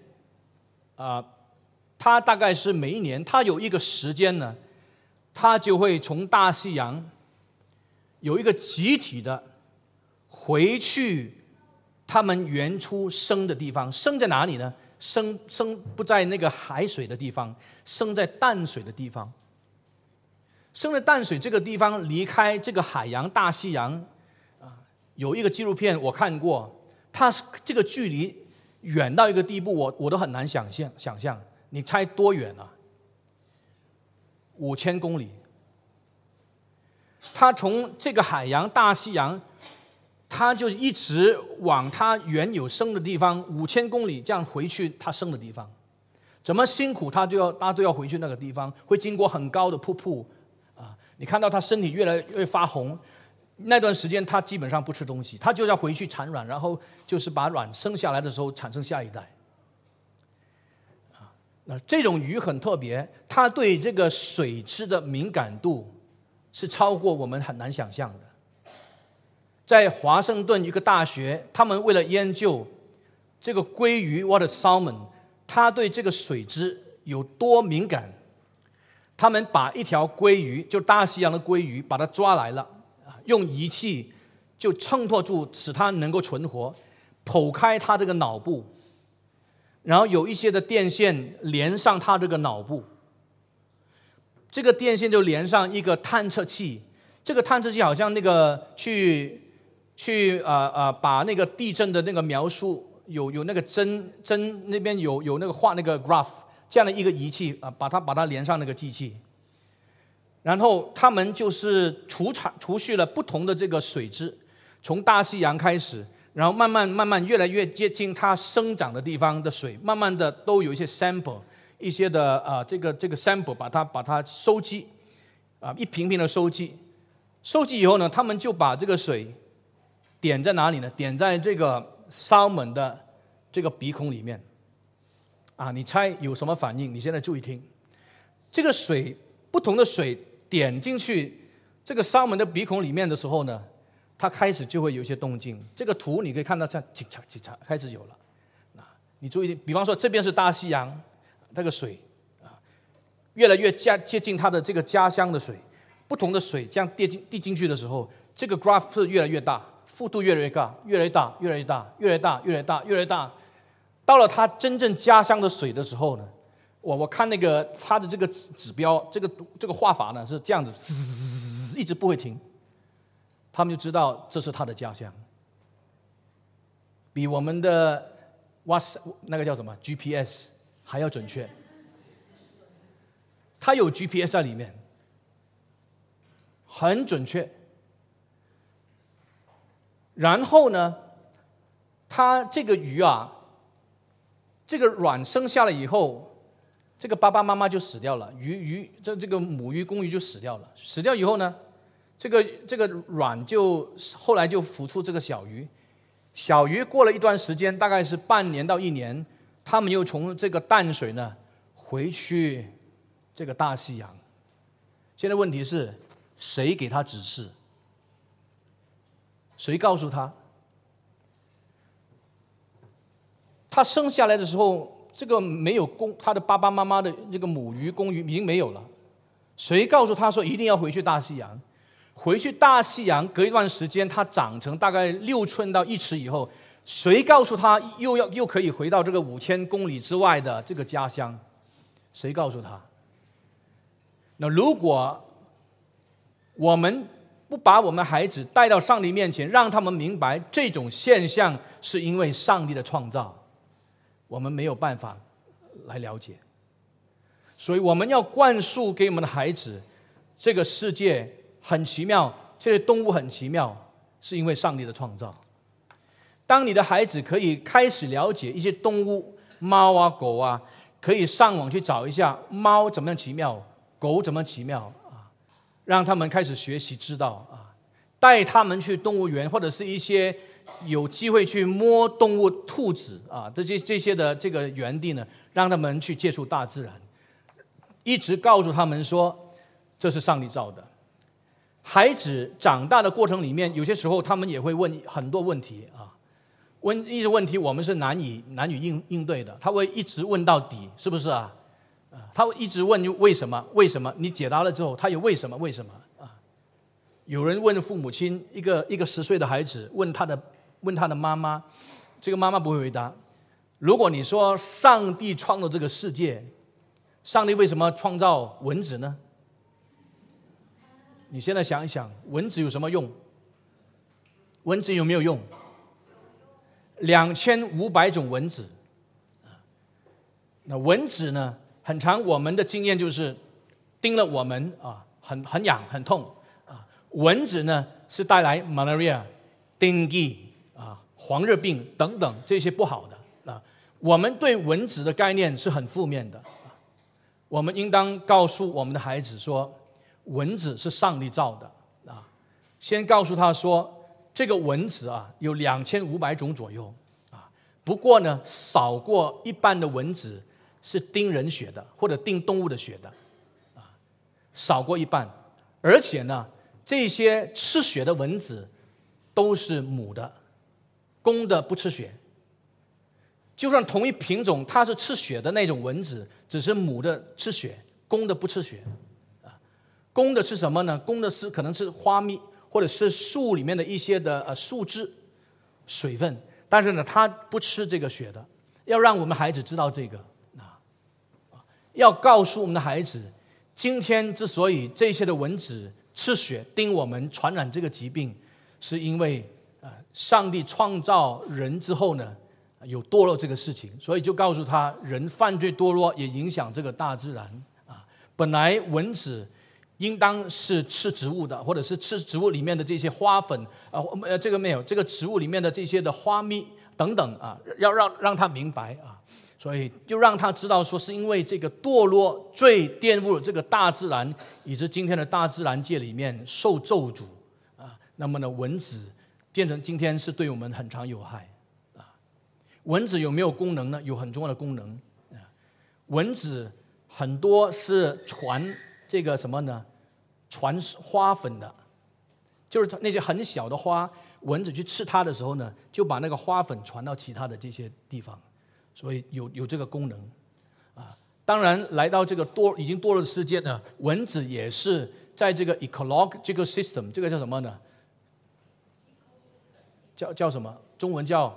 它大概是每一年，它有一个时间呢，它就会从大西洋有一个集体的回去他们原初生的地方。生在哪里呢？生不在那个海水的地方，生在淡水的地方。生在淡水这个地方，离开这个海洋大西洋。有一个纪录片我看过，它这个距离远到一个地步，我都很难想象。你猜多远啊？5000公里。它从这个海洋大西洋，它就一直往它原有生的地方5000公里这样回去，它生的地方。怎么辛苦它都要回去那个地方，会经过很高的瀑布啊！你看到它身体越来越发红。那段时间他基本上不吃东西，他就要回去产卵，然后就是把卵生下来的时候产生下一代。那这种鱼很特别，它对这个水质的敏感度是超过我们很难想象的。在华盛顿一个大学，他们为了研究这个鲑鱼或者 salmon， 它对这个水质有多敏感，他们把一条鲑鱼，就大西洋的鲑鱼，把它抓来了。用仪器就衬托住，使它能够存活，剖开它这个脑部，然后有一些的电线连上它这个脑部，这个电线就连上一个探测器，这个探测器好像那个去把那个地震的那个描述有那个针那边有那个画那个 graph 这样的一个仪器把它连上那个机器。然后他们就是除去了不同的这个水质，从大西洋开始，然后慢慢越来越接近它生长的地方的水，慢慢的都有一些 sample， 一些的这个 sample 把它收集一瓶瓶的收集以后呢，他们就把这个水点在哪里呢？点在这个 salmon 的这个鼻孔里面你猜有什么反应？你现在注意听，这个水不同的水点进去这个沙门的鼻孔里面的时候呢，它开始就会有一些动静。这个图你可以看到，这样叽嚓叽嚓开始有了。你注意，比方说这边是大西洋，这个水越来越接近它的这个家乡的水，不同的水这样滴进去的时候，这个 graph 是越来越大，幅度越来越大，越来越大，越来越大，越来越大，越来越大，越来越大。到了它真正家乡的水的时候呢，我看那个它的这个指标，这个画法呢是这样子，一直不会停，他们就知道这是他的家乡，比我们的那个叫什么 GPS 还要准确。它有 GPS 在里面，很准确。然后呢，它这个鱼啊，这个卵生下来以后，这个爸爸妈妈就死掉了，这个母鱼公鱼就死掉了。死掉以后呢，这个卵就后来就孵出这个小鱼。小鱼过了一段时间，大概是半年到1年，他们又从这个淡水呢回去这个大西洋。现在问题是谁给他指示？谁告诉他？他生下来的时候，这个没有他的爸爸妈妈的这个母鱼公鱼已经没有了。谁告诉他说一定要回去大西洋？回去大西洋，隔一段时间，它长成大概6寸到1尺以后，谁告诉他又可以回到这个5000公里之外的这个家乡？谁告诉他？那如果我们不把我们孩子带到上帝面前，让他们明白这种现象是因为上帝的创造，我们没有办法来了解。所以我们要灌输给我们的孩子，这个世界很奇妙，这些动物很奇妙，是因为上帝的创造。当你的孩子可以开始了解一些动物，猫啊狗啊，可以上网去找一下猫怎么样奇妙，狗怎么奇妙啊，让他们开始学习知道啊，带他们去动物园，或者是一些有机会去摸动物兔子啊，这些的这个园地呢，让他们去接触大自然，一直告诉他们说这是上帝造的。孩子长大的过程里面，有些时候他们也会问很多问题啊，问一些问题我们是难以应对的，他会一直问到底，是不是啊？他会一直问为什么？为什么？你解答了之后，他有为什么？为什么啊？有人问父母亲，一个10岁的孩子问他的妈妈，这个妈妈不会回答。如果你说上帝创造这个世界，上帝为什么创造蚊子呢？你现在想一想，蚊子有什么用？蚊子有没有用？2500种蚊子。那蚊子呢，很常我们的经验就是叮了我们啊，很痒很痛啊。蚊子呢是带来 malaria、dengue 啊、黄热病等等这些不好的啊。我们对蚊子的概念是很负面的，我们应当告诉我们的孩子说，蚊子是上帝造的啊。先告诉他说，这个蚊子啊有2500种左右啊，不过呢少过一般的蚊子是叮人血的或者叮动物的血的啊，少过一半。而且呢，这些吃血的蚊子都是母的，公的不吃血。就算同一品种，它是吃血的那种蚊子，只是母的吃血，公的不吃血。公的吃什么呢？公的可能是花蜜，或者是树里面的一些的树枝、水分，但是呢，它不吃这个血的。要让我们孩子知道这个要告诉我们的孩子，今天之所以这些的蚊子吃血叮我们，传染这个疾病，是因为上帝创造人之后呢，有堕落这个事情，所以就告诉他，人犯罪堕落也影响这个大自然啊。本来蚊子应当是吃植物的，或者是吃植物里面的这些花粉这个没有，这个植物里面的这些的花蜜等等啊，要让他明白啊，所以就让他知道说，是因为这个堕落罪玷污了这个大自然，以致今天的大自然界里面受咒诅啊。那么呢，蚊子变成今天是对我们很常有害啊。蚊子有没有功能呢？有很重要的功能啊。蚊子很多是传这个什么呢？传花粉的，就是那些很小的花，蚊子去吃它的时候呢，就把那个花粉传到其他的这些地方，所以有这个功能啊。当然，来到这个已经多了的世界呢，蚊子也是在这个 ecological system， 这个叫什么呢？叫什么？中文叫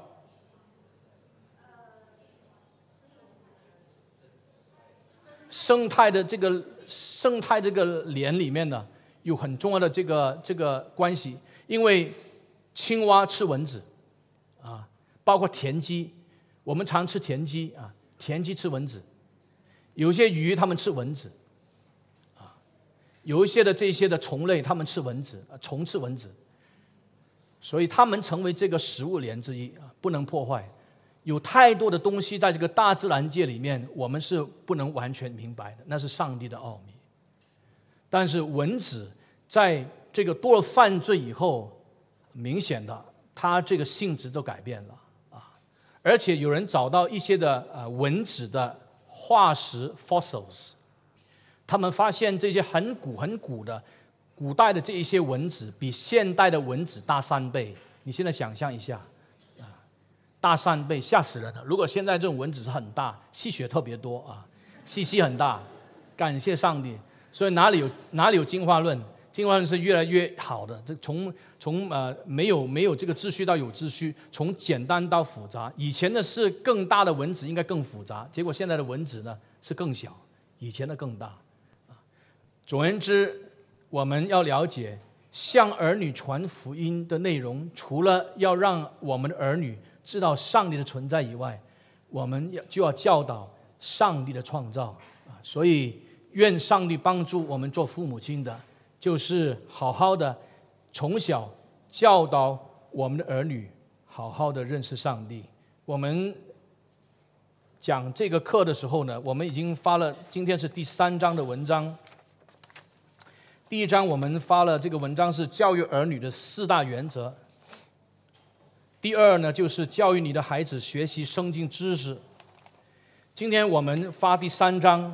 生态这个链里面呢，有很重要的这个关系。因为青蛙吃蚊子啊，包括田鸡，我们常吃田鸡啊，田鸡吃蚊子。有些鱼它们吃蚊子啊，有一些的这些的虫类它们吃蚊子，虫吃蚊子。所以它们成为这个食物链之一啊，不能破坏。有太多的东西在这个大自然界里面，我们是不能完全明白的，那是上帝的奥秘。但是蚊子在这个多了犯罪以后，明显的它这个性质都改变了啊，而且有人找到一些的蚊子的化石 fossils， 他们发现这些很古的古代的这一些蚊子比现代的蚊子大3倍。你现在想象一下大3倍，吓死人了。如果现在这种蚊子是很大，吸血特别多啊，吸很大，感谢上帝。所以哪里有进化论？进化论是越来越好的，这从没有这个秩序到有秩序，从简单到复杂。以前的是更大的蚊子应该更复杂，结果现在的蚊子呢是更小，以前的更大。总而言之，我们要了解向儿女传福音的内容，除了要让我们的儿女知道上帝的存在以外，我们就要教导上帝的创造啊。所以愿上帝帮助我们做父母亲的，就是好好的从小教导我们的儿女，好好的认识上帝。我们讲这个课的时候呢，我们已经发了，今天是第3章的文章。第1章我们发了这个文章是教育儿女的4大原则。第2呢，就是教育你的孩子学习圣经知识。今天我们发第3章，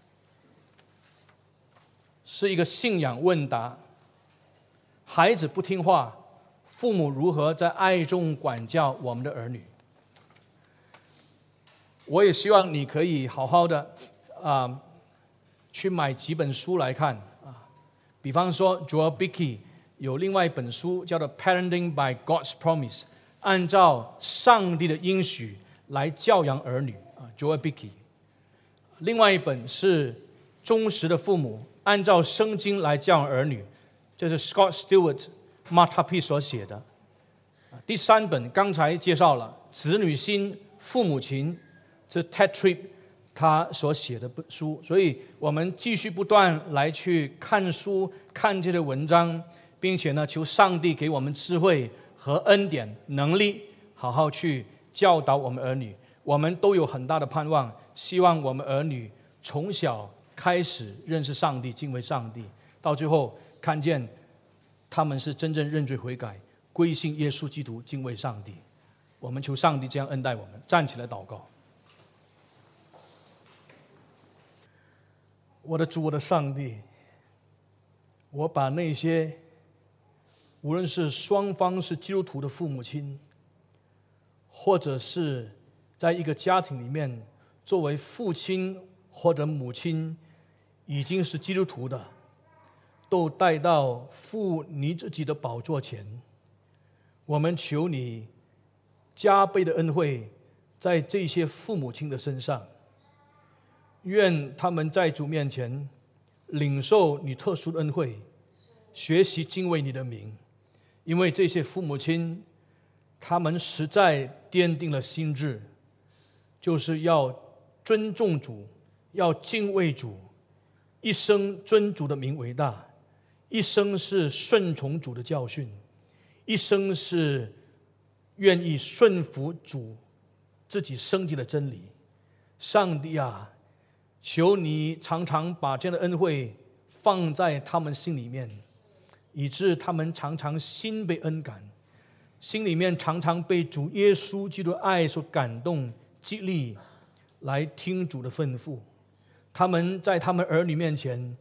是一个信仰问答。孩子不听话，父母如何在爱中管教我们的儿女？我也希望你可以好好的去买几本书来看啊，比方说 Joel Beeke 有另外一本书叫做 Parenting by God's Promise， 按照上帝的应许来教养儿女啊 Joel Beeke。 另外一本是忠实的父母按照圣经来教养儿女，这是 Scott Stewart、Matt 所写的。第3本刚才介绍了子女心父母情，这 Ted Tripp 他所写的书。所以我们继续不断来去看书，看这些文章，并且呢，求上帝给我们智慧和恩典能力，好好去教导我们儿女。我们都有很大的盼望，希望我们儿女从小开始认识上帝，敬畏上帝，到最后看见他们是真正认罪悔改，归信耶稣基督，敬畏上帝。我们求上帝这样恩待我们。站起来祷告。我的主，我的上帝，我把那些无论是双方是基督徒的父母亲，或者是在一个家庭里面作为父亲或者母亲已经是基督徒的，都带到父你自己的宝座前。我们求你加倍的恩惠在这些父母亲的身上，愿他们在主面前领受你特殊的恩惠，学习敬畏你的名。因为这些父母亲他们实在奠定了心志，就是要尊重主，要敬畏主，一生尊主的名为大，一生是顺从主的教训，一生是愿意顺服主自己升级的真理。上帝啊，求你常常把这样的恩惠放在他们心里面，以致他们常常心被恩感，心里面常常被主耶稣基督的爱所感动激励，来听主的吩咐。他们在他们儿女面前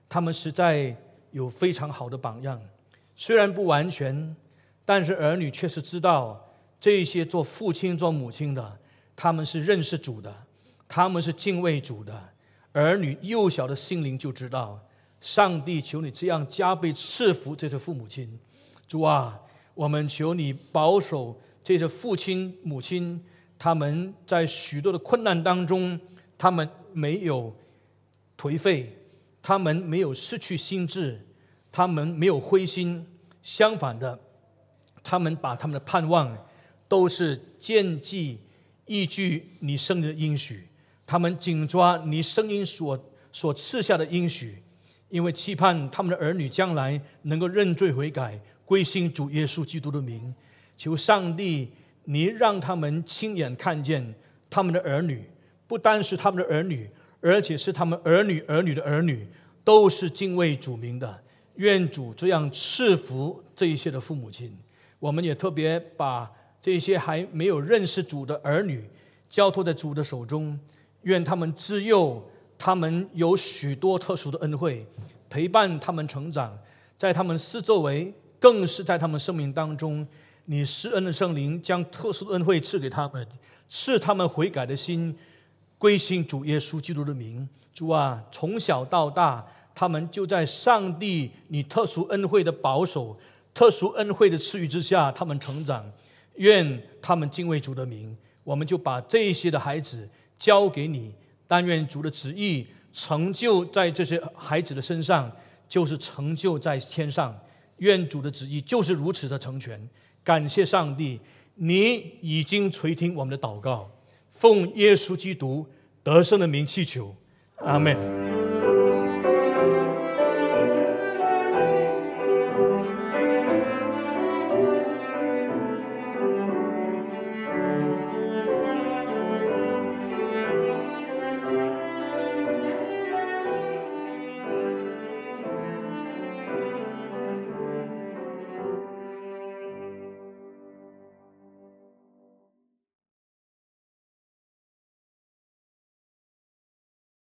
他们实在有非常好的榜样。虽然不完全，但是儿女确实知道，这些做父亲做母亲的，他们是认识主的，他们是敬畏主的。儿女幼小的心灵就知道，上帝求你这样加倍赐福这些父母亲。主啊，我们求你保守这些父亲母亲，他们在许多的困难当中，他们没有颓废，他们没有失去心志，他们没有灰心，相反的，他们把他们的盼望都是建基依据你圣灵的应许，他们紧抓你圣灵所赐下的应许，因为期盼他们的儿女将来能够认罪悔改，归信主耶稣基督的名。求上帝你让他们亲眼看见他们的儿女，不单是他们的儿女，而且是他们儿女儿女的儿女，都是敬畏主名的。愿主这样赐福这一些的父母亲。我们也特别把这些还没有认识主的儿女交托在主的手中，愿他们自幼，他们有许多特殊的恩惠，陪伴他们成长，在他们四周围，更是在他们生命当中，你施恩的圣灵将特殊的恩惠赐给他们，赐他们悔改的心，归信主耶稣基督的名。主啊，从小到大，他们就在上帝你特殊恩惠的保守，特殊恩惠的赐予之下，他们成长。愿他们敬畏主的名。我们就把这些的孩子交给你，但愿主的旨意成就在这些孩子的身上，就是成就在天上。愿主的旨意就是如此的成全。感谢上帝，你已经垂听我们的祷告，奉耶稣基督得胜的名祈求，阿们。